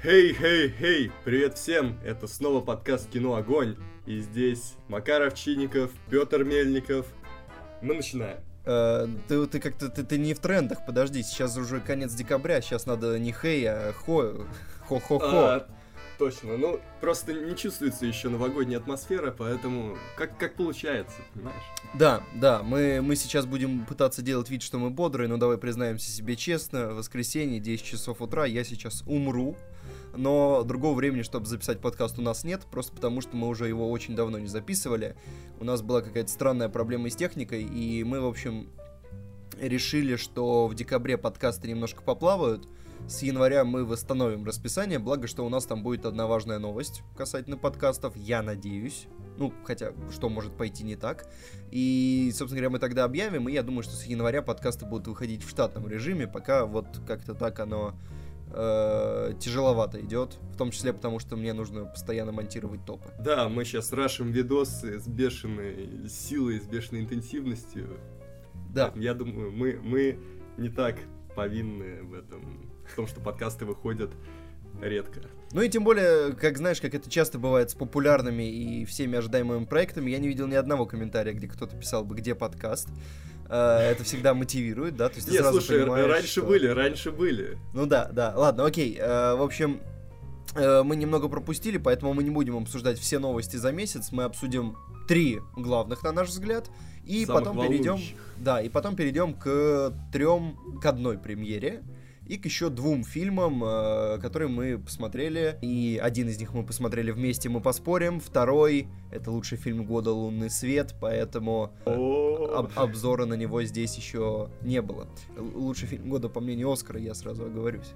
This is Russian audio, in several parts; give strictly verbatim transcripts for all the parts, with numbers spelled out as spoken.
Хей, хей, хей! Привет всем! Это снова подкаст «Кино Огонь». И здесь Макар Овчинников, Петр Мельников. Мы начинаем. Uh, ты, ты как-то ты, ты не в трендах, подожди, сейчас уже конец декабря, сейчас надо не хей, а хо, хо-хо-хо. А, точно, ну просто не чувствуется еще новогодняя атмосфера, поэтому как, как получается, понимаешь? Да, да, мы, мы сейчас будем пытаться делать вид, что мы бодрые, но давай признаемся себе честно, воскресенье, десять часов утра, я сейчас умру. Но другого времени, чтобы записать подкаст, у нас нет, просто потому что мы уже его очень давно не записывали. У нас была какая-то странная проблема с техникой, и мы, в общем, решили, что в декабре подкасты немножко поплавают. С января мы восстановим расписание, благо, что у нас там будет одна важная новость касательно подкастов, я надеюсь. Ну, хотя, что может пойти не так. И, собственно говоря, мы тогда объявим, и я думаю, что с января подкасты будут выходить в штатном режиме, пока вот как-то так оно... тяжеловато идет, в том числе потому, что мне нужно постоянно монтировать топы. Да, мы сейчас рашим видосы с бешеной силой, с бешеной интенсивностью. Да. Я думаю, мы, мы не так повинны в этом, в том, что подкасты выходят редко. Ну и тем более, как знаешь, как это часто бывает с популярными и всеми ожидаемыми проектами, я не видел ни одного комментария, где кто-то писал бы, где подкаст. Это всегда мотивирует, да? То есть ты Нет, сразу слушай, понимаешь, раньше что... были, раньше были. Ну да, да, ладно, окей. В общем, мы немного пропустили, поэтому мы не будем обсуждать все новости за месяц. Мы обсудим три главных, на наш взгляд, и Самых потом перейдем, волнующих. да, и потом перейдем к трем, к одной премьере. И к еще двум фильмам, э, которые мы посмотрели. И один из них мы посмотрели вместе, мы поспорим. Второй — это лучший фильм года «Лунный свет», поэтому э, об- обзора на него здесь еще не было. Л- лучший фильм года, по мнению Оскара, я сразу оговорюсь.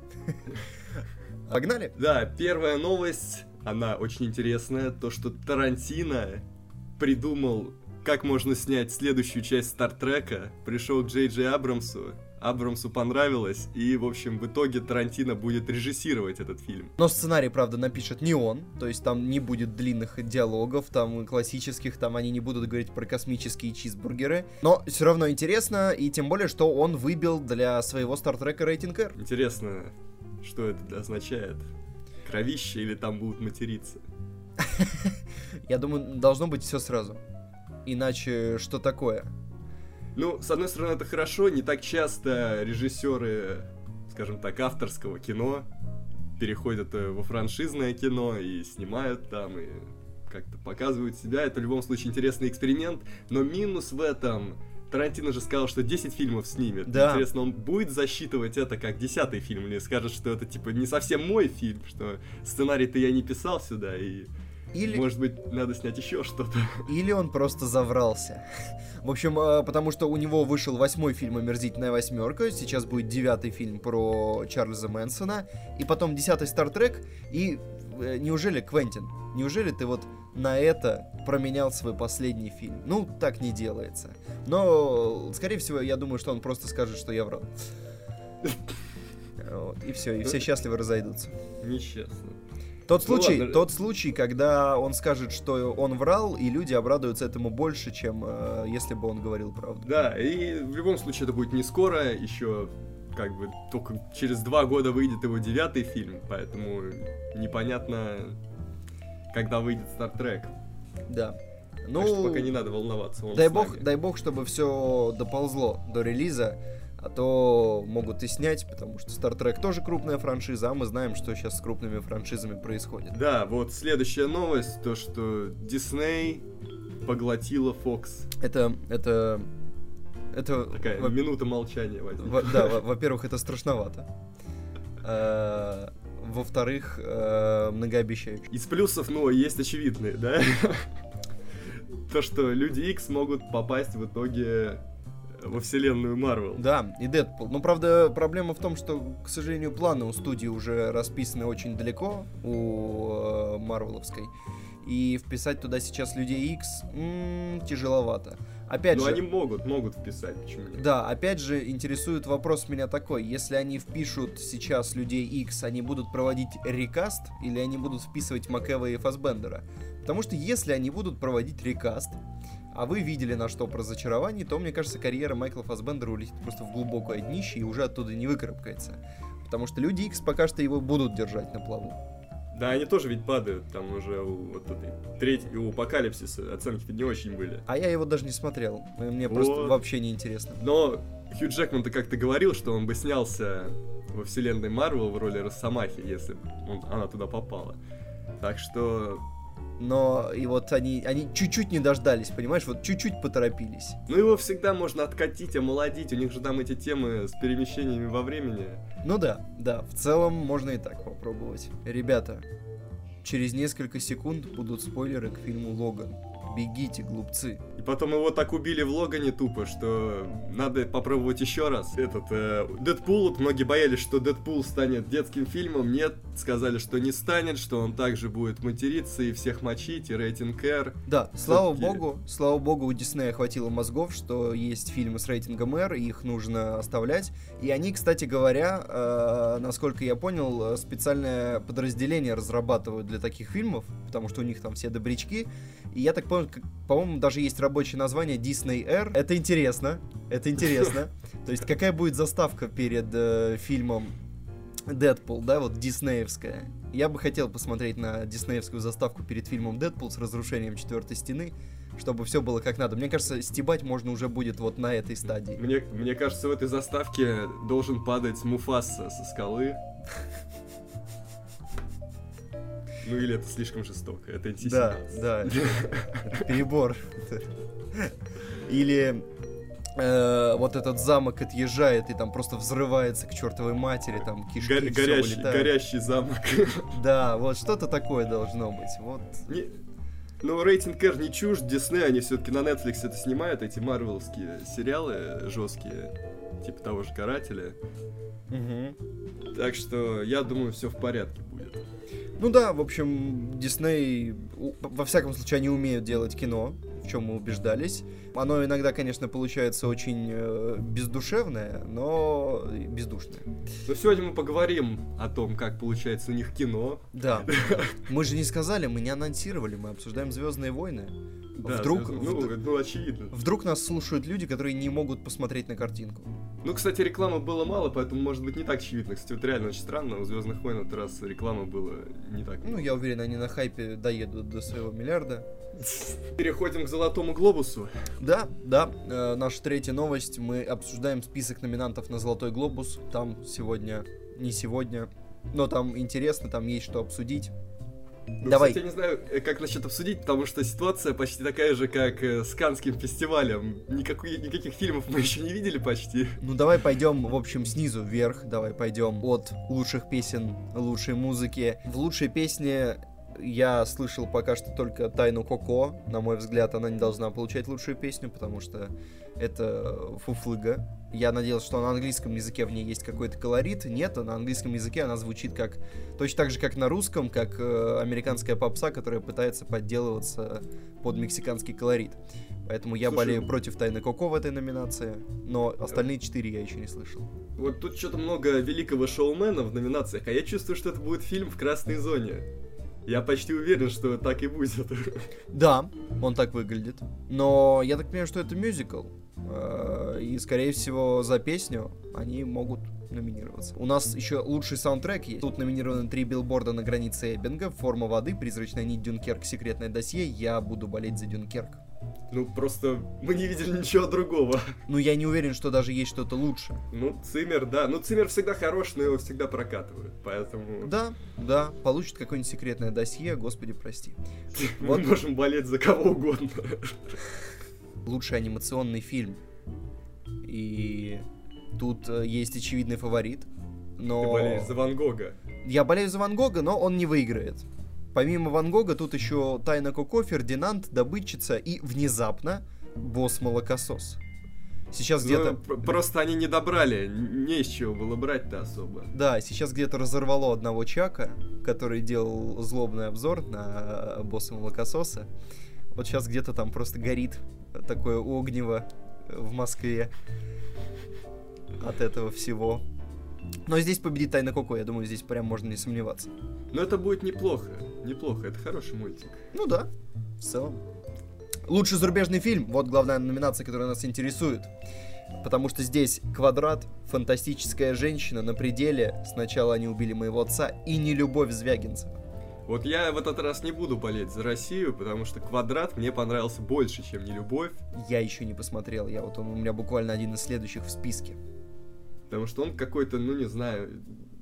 Погнали? Да, первая новость, она очень интересная. То, что Тарантино придумал, как можно снять следующую часть Стартрека. Пришел к Джей Джей Абрамсу. Абрамсу понравилось, и, в общем, в итоге Тарантино будет режиссировать этот фильм. Но сценарий, правда, напишет не он, то есть там не будет длинных диалогов, там классических, там они не будут говорить про космические чизбургеры. Но все равно интересно, и тем более, что он выбил для своего Стартрека рейтинг R. Интересно, что это означает? Кровище или там будут материться? Я думаю, должно быть все сразу. Иначе что такое? Ну, с одной стороны, это хорошо, не так часто режиссеры, скажем так, авторского кино переходят во франшизное кино и снимают там, и как-то показывают себя. Это в любом случае интересный эксперимент, но минус в этом... Тарантино же сказал, что десять фильмов снимет. Да. Интересно, он будет засчитывать это как десятый фильм или скажет, что это типа не совсем мой фильм, что сценарий-то я не писал сюда, и... Или... Может быть, надо снять еще что-то. Или он просто заврался. В общем, потому что у него вышел восьмой фильм «Омерзительная восьмерка», сейчас будет девятый фильм про Чарльза Мэнсона, и потом десятый «Стартрек», и неужели, Квентин, неужели ты вот на это променял свой последний фильм? Ну, так не делается. Но, скорее всего, я думаю, что он просто скажет, что я врал. Вот, и все, и все счастливо разойдутся. Нечестно. Тот случай, ну, ладно. тот случай, когда он скажет, что он врал, и люди обрадуются этому больше, чем э, если бы он говорил правду. Да, и в любом случае это будет не скоро, еще как бы только через два года выйдет его девятый фильм, поэтому непонятно, когда выйдет Стартрек. Да. Ну, Так что пока не надо волноваться. Он дай с бог, нами. дай бог, чтобы все доползло до релиза, а то могут и снять, потому что Star Trek тоже крупная франшиза, а мы знаем, что сейчас с крупными франшизами происходит. Да, вот следующая новость, то что Disney поглотила Fox. Это, это, это... Такая во- минута молчания возьми. во- да, во- во-первых, это страшновато. А, Во-вторых, э, многообещающе. Из плюсов, ну, есть очевидные, да? То, что Люди Икс могут попасть в итоге во вселенную Марвел. Да, и Дэдпул. Но, правда, проблема в том, что, к сожалению, планы у студии уже расписаны очень далеко, у э, Марвеловской. И вписать туда сейчас Людей Икс м-м, тяжеловато. Опять Но же... они могут, могут вписать, почему нет? Да, опять же, интересует вопрос меня такой. Если они впишут сейчас Людей Икс, они будут проводить рекаст или они будут вписывать Макэва и Фассбендера? Потому что если они будут проводить рекаст, а вы видели на что про разочарование, то, мне кажется, карьера Майкла Фассбендера улетит просто в глубокое днище и уже оттуда не выкарабкается. потому что Люди Икс пока что его будут держать на плаву. Да, они тоже ведь падают, там уже у вот этой третьей, у Апокалипсиса оценки-то не очень были. А я его даже не смотрел, мне вот. Просто вообще не интересно. Но Хью Джекман-то как-то говорил, что он бы снялся во вселенной Марвел в роли Росомахи, если бы он, она туда попала. Так что... Но и вот они, они чуть-чуть не дождались, понимаешь, вот чуть-чуть поторопились. Ну его всегда можно откатить, омолодить, у них же там эти темы с перемещениями во времени. Ну да, да, в целом можно и так попробовать. Ребята, через несколько секунд будут спойлеры к фильму «Логан». Бегите, глупцы. И потом его так убили в Логане тупо, что надо попробовать еще раз. Этот, э, Дэдпул, вот многие боялись, что Дэдпул станет детским фильмом. Нет, сказали, что не станет, что он также будет материться и всех мочить, и рейтинг R. Да, слава богу, слава богу, у Диснея хватило мозгов, что есть фильмы с рейтингом R, и их нужно оставлять. И они, кстати говоря, э, насколько я понял, специальное подразделение разрабатывают для таких фильмов, потому что у них там все добрячки. И я так понял, как, по-моему, даже есть рабочее название Disney R. Это интересно, это интересно. То есть какая будет заставка перед э, фильмом Дэдпул, да, вот диснеевская. Я бы хотел посмотреть на диснеевскую заставку перед фильмом Дэдпул с разрушением четвертой стены, чтобы все было как надо. Мне кажется, стебать можно уже будет вот на этой стадии. Мне, мне кажется, в этой заставке должен падать Муфаса со скалы. Ну или это слишком жестоко, это эн си семнадцать. Да, да, это перебор. Или э, вот этот замок отъезжает и там просто взрывается к чертовой матери, там кишки, Го- все горящий, вылетает. горящий замок. Да, вот что-то такое должно быть. Вот. Не, ну, рейтинг R не чужд, Disney, они все-таки на Netflix это снимают, эти марвеловские сериалы жесткие, типа того же Карателя. Угу. Так что я думаю, все в порядке будет. Ну да, в общем, Дисней, во всяком случае, они умеют делать кино, в чем мы убеждались. Оно иногда, конечно, получается очень э, бездушевное, но бездушное. Но сегодня мы поговорим о том, как получается у них кино. Да. Мы же не сказали, мы не анонсировали, мы обсуждаем «Звездные войны». Да, вдруг, ну, вд... ну, очевидно. Вдруг нас слушают люди, которые не могут посмотреть на картинку. Ну, кстати, рекламы было мало, поэтому, может быть, не так очевидно. Кстати, вот реально очень странно, у «Звездных войн» в этот раз рекламы было не так много. Ну, я уверен, они на хайпе доедут до своего миллиарда. Переходим к «Золотому глобусу». Да, да, э, наша третья новость. Мы обсуждаем список номинантов на «Золотой глобус». Там сегодня, не сегодня, но там интересно, там есть что обсудить. Ну, Давай. Кстати, я не знаю, как насчет обсудить, потому что ситуация почти такая же, как с Каннским фестивалем. Никакой, никаких фильмов мы еще не видели почти. Ну давай пойдем, в общем, снизу вверх. Давай пойдем от лучших песен, лучшей музыки. В лучшей песне я слышал пока что только «Тайну Коко». На мой взгляд, она не должна получать лучшую песню, потому что это фуфлыга. Я надеялся, что на английском языке в ней есть какой-то колорит. Нет, на английском языке она звучит как точно так же, как на русском, как э, американская попса, которая пытается подделываться под мексиканский колорит. Поэтому я Слушай, болею против «Тайны Коко» в этой номинации, но остальные четыре я еще не слышал. Вот тут что-то много великого шоумена в номинациях, а я чувствую, что это будет фильм в красной зоне. Я почти уверен, что так и будет. Да, он так выглядит. Но я так понимаю, что это мюзикл. И, скорее всего, за песню они могут номинироваться. У нас еще лучший саундтрек есть. Тут номинированы три билборда на границе Эббинга, «Форма воды», «Призрачная нить», «Дюнкерк», «Секретное досье». Я буду болеть за «Дюнкерк». Ну, просто мы не видели ничего другого. Ну, я не уверен, что даже есть что-то лучше. Ну, Циммер, да. Ну, Циммер всегда хорош, но его всегда прокатывают, поэтому... Да, да, получит какое-нибудь «Секретное досье», господи, прости. Мы можем болеть за кого угодно. Лучший анимационный фильм. И тут э, есть очевидный фаворит, но... Ты болеешь за Ван Гога. Я болею за Ван Гога, но он не выиграет. Помимо Ван Гога, тут еще «Тайна Коко», «Фердинанд», «Добытчица» и, внезапно, «Босс-молокосос». Сейчас ну, где-то... Пр- просто они не добрали, не из чего было брать-то особо. Да, сейчас где-то разорвало одного Чака, который делал злобный обзор на «Босса-молокососа». Вот сейчас где-то там просто горит такое огнево в Москве от этого всего. Но здесь победит «Тайна Коко», я думаю, здесь прям можно не сомневаться. Но это будет неплохо, неплохо, это хороший мультик. Ну да, в целом. Лучший зарубежный фильм, вот главная номинация, которая нас интересует. Потому что здесь «Квадрат», «Фантастическая женщина», «На пределе», «Сначала они убили моего отца» и «Нелюбовь» Звягинцева. Вот я в этот раз не буду болеть за Россию, потому что «Квадрат» мне понравился больше, чем «Нелюбовь». Я еще не посмотрел, я вот он у меня буквально один из следующих в списке. Потому что он какой-то, ну не знаю,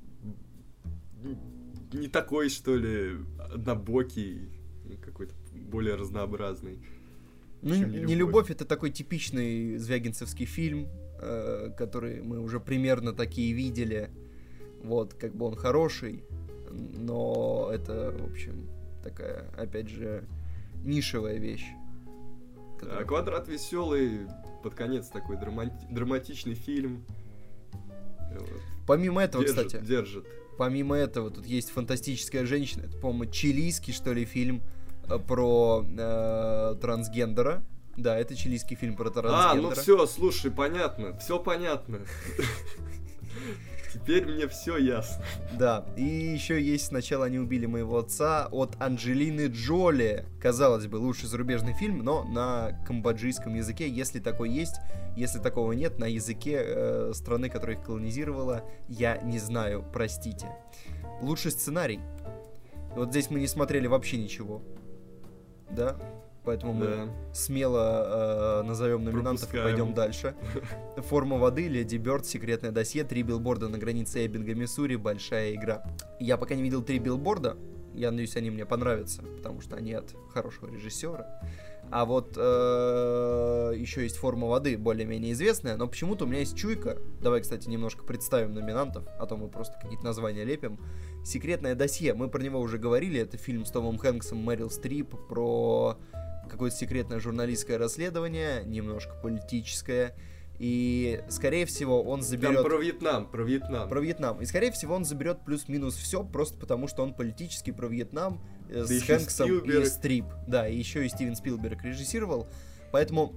не такой, что ли, однобокий, какой-то более разнообразный. Ну, «Нелюбовь». «Нелюбовь» — это такой типичный звягинцевский фильм, э, который мы уже примерно такие видели. Вот, как бы он хороший, но это, в общем, такая, опять же, нишевая вещь. Которая... А «Квадрат» веселый, под конец такой драмати- драматичный фильм. Вот. Помимо этого, держит, кстати, держит. Помимо этого, тут есть «Фантастическая женщина». Это, по-моему, чилийский, что ли, фильм про э, трансгендера. Да, это чилийский фильм про трансгендера. А, ну все, слушай, понятно, все понятно. Теперь мне все ясно. Да, и еще есть «Сначала они убили моего отца» от Анджелины Джоли. Казалось бы, лучший зарубежный фильм, но на камбоджийском языке, если такой есть. Если такого нет, на языке э, страны, которая их колонизировала, я не знаю, простите. Лучший сценарий. Вот здесь мы не смотрели вообще ничего. Да? Поэтому да. мы смело э, назовем номинантов Пропускаем. И пойдем дальше. «Форма воды», «Леди Бёрд», «Секретное досье», «Три билборда на границе Эббинга, Миссури», «Большая игра». Я пока не видел «Три билборда». Я надеюсь, они мне понравятся, потому что они от хорошего режиссера. А вот э, еще есть «Форма воды», более-менее известная, но почему-то у меня есть чуйка. Давай, кстати, немножко представим номинантов, а то мы просто какие-то названия лепим. «Секретное досье». Мы про него уже говорили. Это фильм с Томом Хэнксом, Мэрил Стрип, про какое-то секретное журналистское расследование, немножко политическое. И, скорее всего, он заберет... Там про Вьетнам, про Вьетнам. Про Вьетнам. И, скорее всего, он заберет плюс-минус все, просто потому что он политический, про Вьетнам, э, с Хэнксом и Стрип. Да, и еще и Стивен Спилберг режиссировал. Поэтому,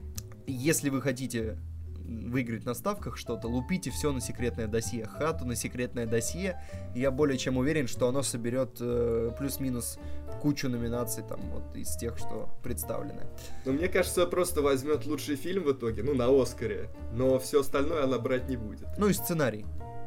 если вы хотите выиграть на ставках что-то, лупите все на «Секретное досье». Хату на «Секретное досье». Я более чем уверен, что оно соберет э, плюс-минус кучу номинаций там вот из тех, что представлены. Но мне кажется, просто возьмет лучший фильм в итоге, ну, на Оскаре, но все остальное она брать не будет. Ну и сценарий.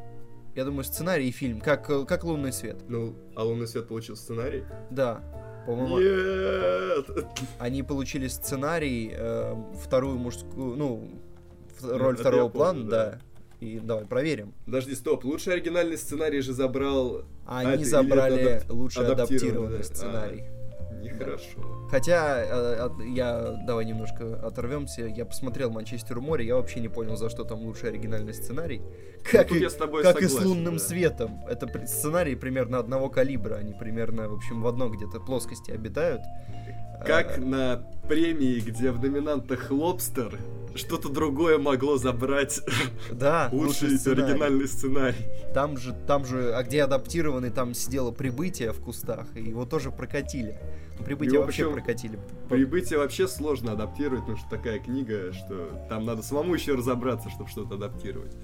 Я думаю, сценарий и фильм, как, как «Лунный свет». Ну, а «Лунный свет» получил сценарий? Да. По-моему, Нет! Они получили сценарий, э, вторую мужскую, ну, роль Это второго помню, плана, да. да. И давай проверим. Подожди, стоп, лучший оригинальный сценарий же забрал... А они а забрали адап... лучший адаптированный да? сценарий. А, нехорошо. Да. Хотя, э, э, я, давай немножко оторвемся, я посмотрел «Манчестер у моря», я вообще не понял, за что там лучший оригинальный сценарий. Как, ну, и, я с тобой как согласен, и с «Лунным да. светом». Это сценарии примерно одного калибра, они примерно, в общем, в одной где-то плоскости обитают. Как а... на премии, где в номинантах «Лобстер», что-то другое могло забрать да, лучший сценарий. Оригинальный сценарий. Там же, там же, а где адаптированный, там сидело «Прибытие» в кустах, и его тоже прокатили. «Прибытие» его вообще прокатили. «Прибытие» вообще сложно адаптировать, потому что такая книга, что там надо самому еще разобраться, чтобы что-то адаптировать.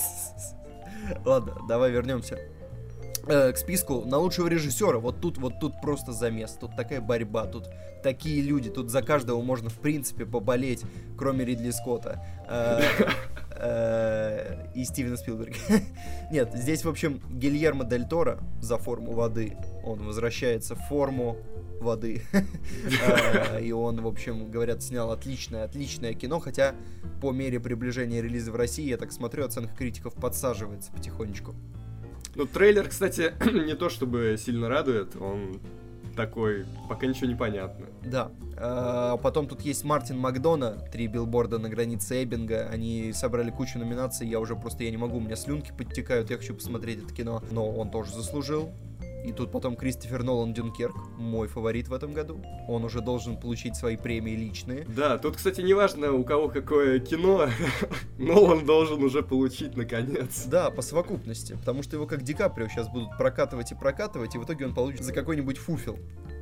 Ладно, давай вернемся к списку на лучшего режиссера. Вот тут, вот тут просто замес. Тут такая борьба, тут такие люди, тут за каждого можно в принципе поболеть, кроме Ридли Скотта и Стивена Спилберга. Нет, здесь, в общем, Гильермо Дель Торо за «Форму воды». Он возвращается в форму воды. И он, в общем, говорят, снял отличное, отличное кино, хотя по мере приближения релиза в России, я так смотрю, оценка критиков подсаживается потихонечку. Ну, трейлер, кстати, не то чтобы сильно радует, он такой, пока ничего не понятно. Да. А потом тут есть Мартин Макдона, «Три билборда на границе Эббинга». Они собрали кучу номинаций, я уже просто, я не могу, у меня слюнки подтекают, я хочу посмотреть это кино. Но он тоже заслужил. И тут потом Кристофер Нолан «Дюнкерк», мой фаворит в этом году. Он уже должен получить свои премии личные. Да, тут, кстати, неважно, у кого какое кино, Нолан должен уже получить, наконец. Да, по совокупности, потому что его как Ди Каприо сейчас будут прокатывать и прокатывать, и в итоге он получит за какой-нибудь фуфел.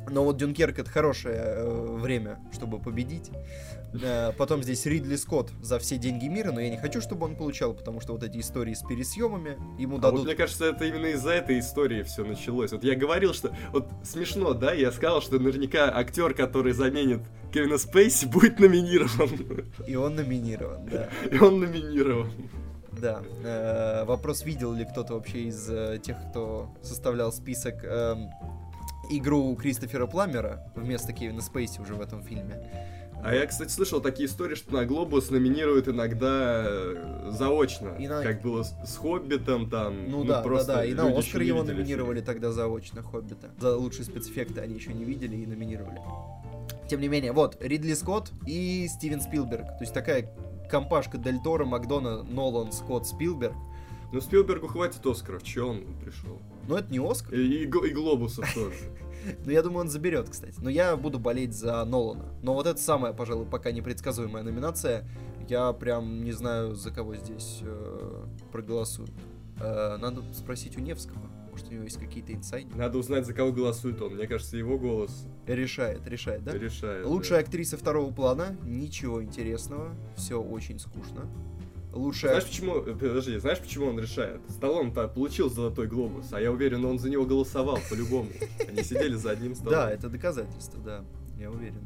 Но вот Дюнкерк — это хорошее э, время, чтобы победить. Э, потом здесь Ридли Скотт за все деньги мира, но я не хочу, чтобы он получал, потому что вот эти истории с пересъемами ему А дадут... вот мне кажется, это именно из-за этой истории все началось. Вот я говорил, что... Вот смешно, да? Я сказал, что наверняка актер, который заменит Кевина Спейси, будет номинирован. И он номинирован, да. И он номинирован. Да. Э, вопрос, видел ли кто-то вообще из э, тех, кто составлял список... Э, игру Кристофера Пламмера вместо Кевина Спейси уже в этом фильме. А я, кстати, слышал такие истории, что на Глобус номинируют иногда э, заочно, И на- как было с, с Хоббитом там. Ну, да, да, да, и на люди Оскар еще не его видели номинировали фильм. тогда заочно, Хоббита. За лучшие спецэффекты они еще не видели и номинировали. Тем не менее, вот, Ридли Скотт и Стивен Спилберг. То есть такая компашка Дель Торо, Макдона, Нолан, Скотт, Спилберг. Ну, Спилбергу хватит Оскаров, че он пришел? Но это не Оскар. И, и, Гл- и Глобусов тоже. Но я думаю, он заберет, кстати. Но я буду болеть за Нолана. Но вот это самая, пожалуй, пока непредсказуемая номинация. Я прям не знаю, за кого здесь э, проголосуют. Э, надо спросить у Невского. Может, у него есть какие-то инсайды? Надо узнать, за кого голосует он. Мне кажется, его голос Решает, решает, да? решает. Лучшая да. актриса второго плана. Ничего интересного. Все очень скучно. Лучшая... Знаешь, почему, э, подожди, знаешь, почему он решает? Сталлоне-то получил золотой глобус, а я уверен, он за него голосовал по-любому. Они сидели за одним столом. Да, это доказательство, да, я уверен.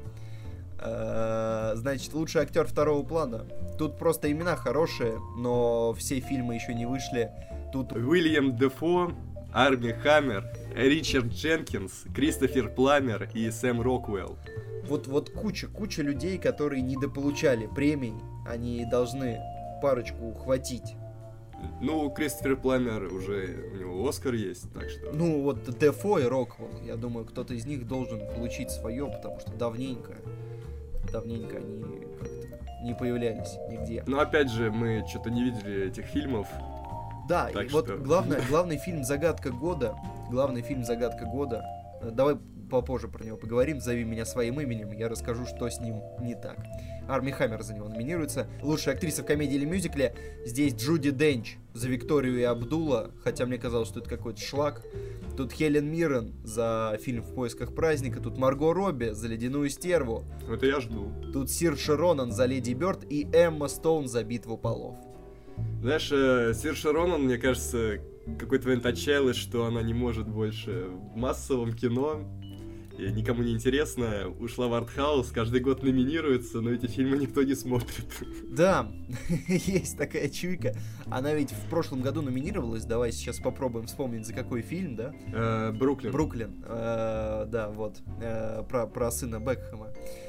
Э, Значит, лучший актер второго плана. Тут просто имена хорошие, но все фильмы еще не вышли. Тут Уильям Дефо, Арми Хаммер, Ричард Дженкинс, Кристофер Пламмер и Сэм Роквелл. вот, вот куча, куча людей, которые недополучали премий. Они должны парочку ухватить. Ну, Кристофер Пламмер уже, у него Оскар есть, так что... Ну, вот Дефо и Роквелл. Я думаю, кто-то из них должен получить свое, потому что давненько, давненько они как-то не появлялись нигде. Но опять же, мы что-то не видели этих фильмов. Да, Так и вот что- главное, главный фильм «Загадка года», главный фильм «Загадка года», э, давай попозже про него поговорим, «Зови меня своим именем», я расскажу, что с ним не так. Арми Хаммер за него номинируется. Лучшая актриса в комедии или мюзикле здесь Джуди Денч за Викторию и Абдула, хотя мне казалось, что это какой-то шлак. Тут Хелен Миррен за фильм «В поисках праздника», тут Марго Робби за «Ледяную стерву», Это я жду. тут Сирша Ронан за «Леди Бёрд» и Эмма Стоун за «Битву полов». Знаешь, э, Сирша Ронан, мне кажется, какой-то момент отчаялась, что она не может больше в массовом кино. И никому не интересно, ушла в артхаус, каждый год номинируется, но эти фильмы никто не смотрит. Да, есть такая чуйка. Она ведь в прошлом году номинировалась. Давай сейчас попробуем вспомнить, за какой фильм, да? Э, Бруклин. Бруклин. Э, Да, вот. Э, Про, про сына Бекхэма.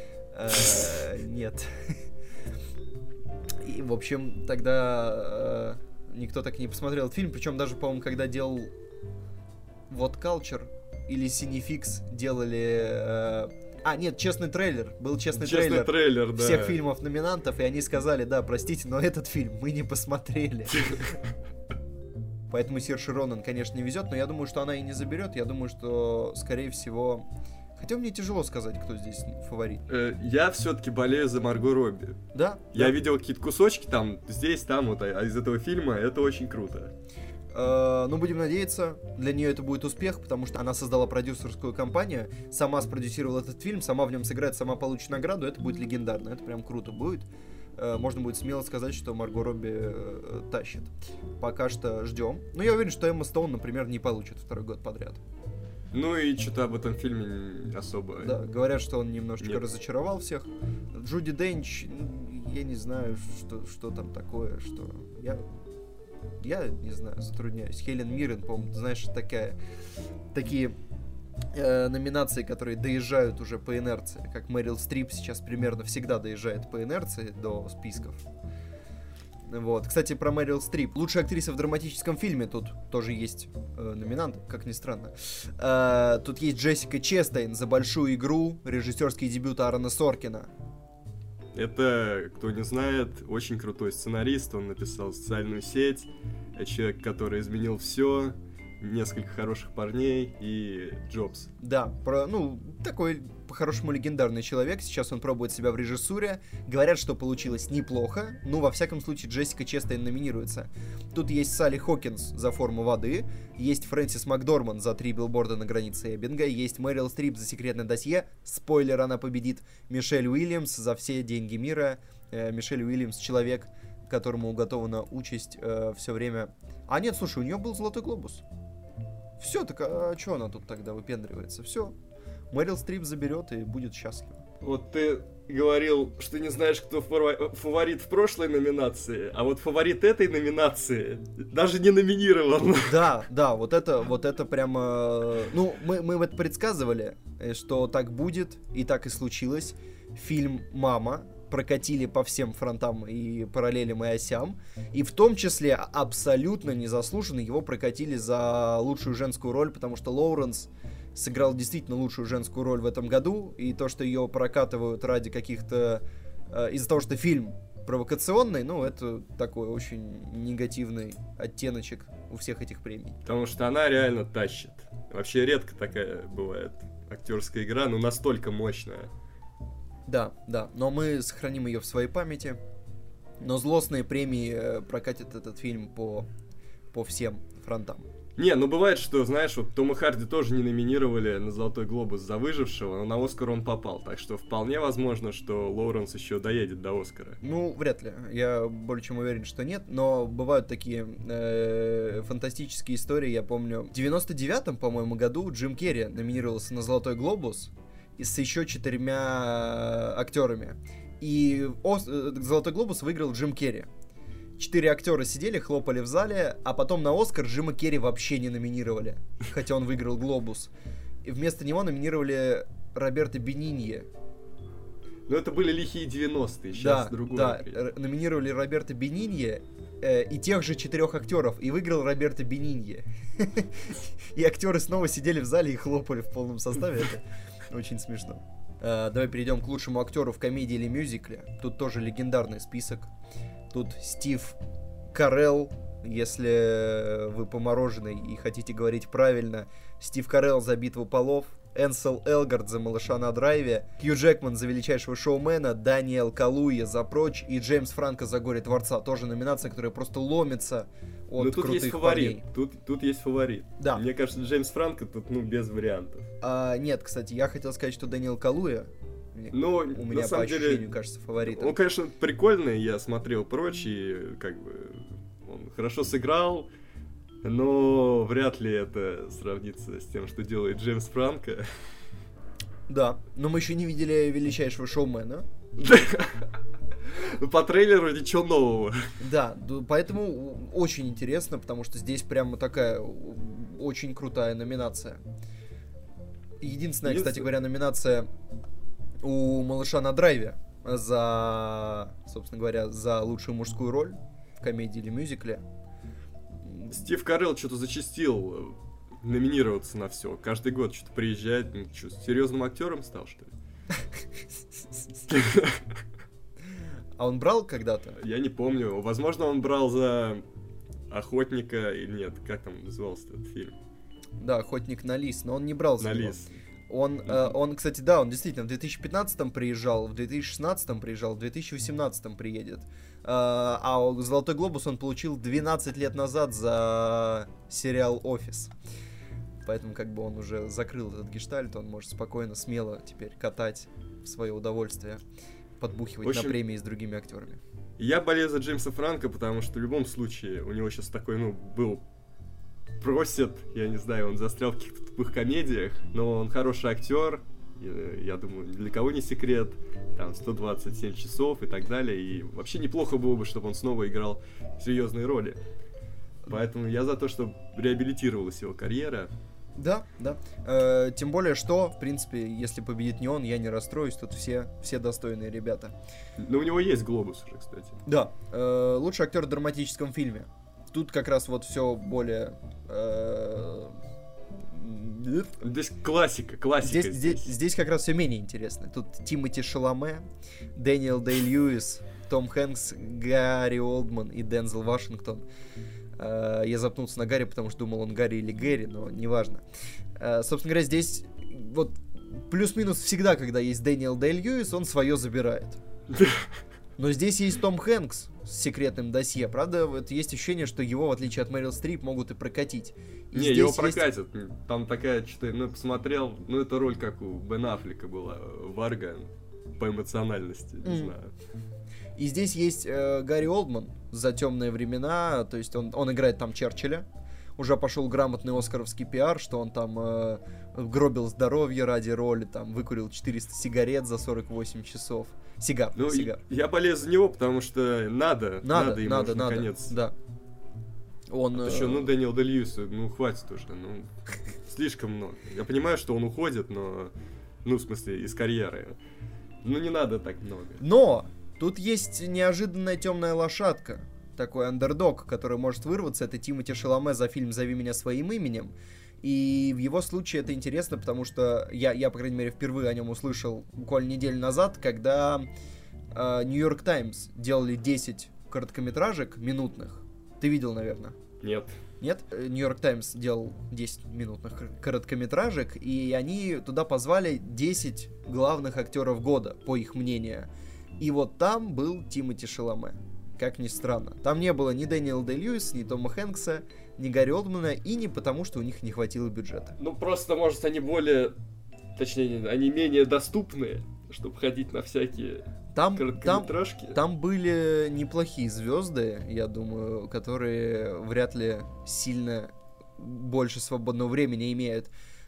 Э, Нет. И, в общем, тогда э, никто так и не посмотрел этот фильм. Причем даже, по-моему, когда делал вот Culture или Cinefix делали... э, А, нет, честный трейлер. Был честный, Честный трейлер. трейлер, да. Всех фильмов номинантов, и они сказали, да, простите, но этот фильм мы не посмотрели. Поэтому Сирши Ронан, конечно, не везет, но я думаю, что она и не заберет. Я думаю, что, скорее всего... Хотя мне тяжело сказать, кто здесь фаворит. Э, Я все-таки болею за Марго Робби. Да? Я да. видел какие-то кусочки там, здесь, там, вот, а из этого фильма, это очень круто. Э, Ну, будем надеяться, для нее это будет успех, потому что она создала продюсерскую компанию, сама спродюсировала этот фильм, сама в нем сыграет, сама получит награду, это будет легендарно, это прям круто будет. Э, Можно будет смело сказать, что Марго Робби э, тащит. Пока что ждем. Но я уверен, что Эмма Стоун, например, не получит второй год подряд. Ну и что-то об этом фильме не особо... Да, говорят, что он немножечко Нет. разочаровал всех. Джуди Денч, ну, я не знаю, что, что там такое, что... Я, я не знаю, затрудняюсь. Хелен Миррен, по-моему, знаешь, такая... Такие э, номинации, которые доезжают уже по инерции. Как Мэрил Стрип сейчас примерно всегда доезжает по инерции до списков. Вот. Кстати, про Мэрил Стрип. Лучшая актриса в драматическом фильме. Тут тоже есть э, номинант, как ни странно. Э, тут есть Джессика Честейн за «Большую игру», режиссерский дебют Аарона Соркина. Это, кто не знает, очень крутой сценарист. Он написал «Социальную сеть», человек, который изменил все, несколько хороших парней и Джобс. Да, про, ну, такой по-хорошему легендарный человек. Сейчас он пробует себя в режиссуре. Говорят, что получилось неплохо. Ну, во всяком случае, Джессика Честейн номинируется. Тут есть Салли Хокинс за «Форму воды», есть Фрэнсис Макдорманд за «Три билборда на границе Эббинга», есть Мэрил Стрип за «Секретное досье», спойлер, она победит, Мишель Уильямс за «Все деньги мира». Э, Мишель Уильямс — человек, которому уготована участь э, все время... А нет, слушай, у нее был «Золотой глобус». Все, так а что она тут тогда выпендривается? Все. Мэрил Стрип заберет и будет счастлива. Вот ты говорил, что не знаешь, кто фаворит в прошлой номинации, а вот фаворит этой номинации даже не номинирован. Да, да, вот это, вот это прямо... Ну, мы, мы это предсказывали, что так будет, и так и случилось. Фильм «Мама» прокатили по всем фронтам и параллелям и осям, и в том числе абсолютно незаслуженно его прокатили за лучшую женскую роль, потому что Лоуренс сыграл действительно лучшую женскую роль в этом году, и то, что ее прокатывают ради каких-то... Э, из-за того, что фильм провокационный, ну, это такой очень негативный оттеночек у всех этих премий. Потому что она реально тащит. Вообще редко такая бывает актерская игра, но настолько мощная. Да, да, но мы сохраним ее в своей памяти. Но злостные премии прокатят этот фильм по, по всем фронтам. Не, ну бывает, что, знаешь, вот Тома Харди тоже не номинировали на «Золотой глобус» за «Выжившего», но на «Оскар» он попал, так что вполне возможно, что Лоуренс еще доедет до «Оскара». Ну, вряд ли, я более чем уверен, что нет, но бывают такие э, фантастические истории, я помню. В девяносто девятом, по-моему, году Джим Керри номинировался на «Золотой глобус» с еще четырьмя актерами, и Ос- «Золотой глобус» выиграл Джим Керри. Четыре актера сидели, хлопали в зале, а потом на «Оскар» Джима Керри вообще не номинировали, хотя он выиграл «Глобус». И вместо него номинировали Роберто Бенинье. Ну, это были лихие девяностые, сейчас да, другое. Да, р- номинировали Роберто Бенинье э, и тех же четырех актеров, и выиграл Роберто Бенинье. И актеры снова сидели в зале и хлопали в полном составе, это очень смешно. Давай перейдем к лучшему актеру в комедии или мюзикле. Тут тоже легендарный список. Тут Стив Карелл, если вы помороженный и хотите говорить правильно. Стив Карелл за «Битву полов», Энсел Элгард за «Малыша на драйве», Хью Джекман за «Величайшего шоумена», Даниэл Калуя за «Прочь» и Джеймс Франко за «Горе Творца». Тоже номинация, которая просто ломится от ну, тут крутых есть фаворит. парней. Тут, тут есть фаворит. Да. Мне кажется, Джеймс Франко тут, ну, без вариантов. А, нет, кстати, я хотел сказать, что Даниэл Калуя, ну, у меня на самом по ощущению деле, кажется фаворитом. Он, конечно, прикольный, я смотрел «Прочь», и как бы он хорошо сыграл, но вряд ли это сравнится с тем, что делает Джеймс Франко. Да, но мы еще не видели «Величайшего шоумена». По трейлеру ничего нового. Да, поэтому очень интересно, потому что здесь прямо такая очень крутая номинация. Единственная, кстати говоря, номинация у «Малыша на драйве» за, собственно говоря, за лучшую мужскую роль в комедии или мюзикле. Стив Карелл что-то зачастил номинироваться на все. Каждый год что-то приезжает. Ну, что, серьезным актером стал, что ли? А он брал когда-то? Я не помню. Возможно, он брал за «Охотника» или нет. Как там назывался этот фильм? Да, «Охотник на лис», но он не брал за на него. лис. Он, э, он, кстати, да, он действительно в две тысячи пятнадцатом приезжал, в две тысячи шестнадцатом приезжал, в две тысячи восемнадцатом приедет. Э, а «Золотой глобус» он получил двенадцать лет назад за сериал «Офис». Поэтому как бы он уже закрыл этот гештальт, он может спокойно, смело теперь катать в свое удовольствие, подбухивать общем, на премии с другими актерами. Я болею за Джеймса Франко, потому что в любом случае у него сейчас такой, ну, был... Просят, я не знаю, он застрял в каких-то тупых комедиях, но он хороший актер, я, я думаю, для кого не секрет, там сто двадцать семь часов и так далее, и вообще неплохо было бы, чтобы он снова играл серьезные роли. Поэтому я за то, чтобы реабилитировалась его карьера. Да, да. Э, тем более, что, в принципе, если победит не он, я не расстроюсь, тут все, все достойные ребята. Но у него есть «Глобус» уже, кстати. Да. Э, лучший актер в драматическом фильме. Тут как раз вот все более... Э... Здесь классика, классика. Здесь, здесь. Здесь, здесь как раз все менее интересно. Тут Тимоти Шаломе, Дэниел Дэй-Льюис, Том Хэнкс, Гарри Олдман и Дензел Вашингтон. Э, я запнулся на Гарри, потому что думал, он Гарри или Гэри, но неважно. Э, собственно говоря, здесь вот плюс-минус всегда, когда есть Дэниел Дэй-Льюис, он свое забирает. Но здесь есть Том Хэнкс с секретным досье. Правда, вот есть ощущение, что его, в отличие от Мэрил Стрип, могут и прокатить. И не, его есть... прокатят. Там такая, что-то, ну, посмотрел, ну, это роль, как у Бен Аффлека была, Варга, по эмоциональности, не mm. знаю. И здесь есть э, Гарри Олдман за темные времена, то есть он, он играет там Черчилля. Уже пошел грамотный оскаровский пиар, что он там э, гробил здоровье ради роли, там выкурил четыреста сигарет за сорок восемь часов. Сигар, ну, сигар. Я полез за него, потому что надо, надо, надо ему надо, уже, надо, наконец. Да. Он, а э... еще, ну, Дэниел Дэй-Льюис, ну, хватит уже, ну, слишком много. Я понимаю, что он уходит, но, ну, в смысле, из карьеры. Ну, не надо так много. Но тут есть неожиданная темная лошадка, такой андердог, который может вырваться. Это Тимоти Шаломе за фильм «Зови меня своим именем». И в его случае это интересно, потому что я, я по крайней мере, впервые о нем услышал буквально неделю назад, когда э, New York Times делали десять короткометражек минутных. Ты видел, наверное? Нет. Нет? New York Times делал десять минутных короткометражек, и они туда позвали десять главных актеров года, по их мнению. И вот там был Тимоти Шаломе. Как ни странно. Там не было ни Дэниела Дэй-Льюиса, ни Тома Хэнкса, ни Гарри Олдмана, и не потому, что у них не хватило бюджета. Ну, просто, может, они более... Точнее, они менее доступные, чтобы ходить на всякие там, короткометражки. Там, там были неплохие звезды, я думаю, которые вряд ли сильно больше свободного времени имеют.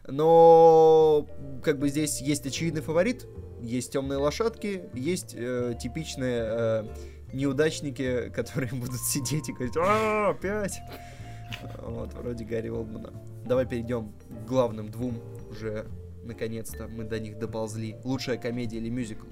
Но, как бы, здесь есть очевидный фаворит, есть темные лошадки, есть э, типичные... Э, неудачники, которые будут сидеть и говорить: «А, опять!» Вот, вроде Гарри Олдмана. Давай перейдем к главным двум. Уже, наконец-то, мы до них доползли. Лучшая комедия или мюзикл?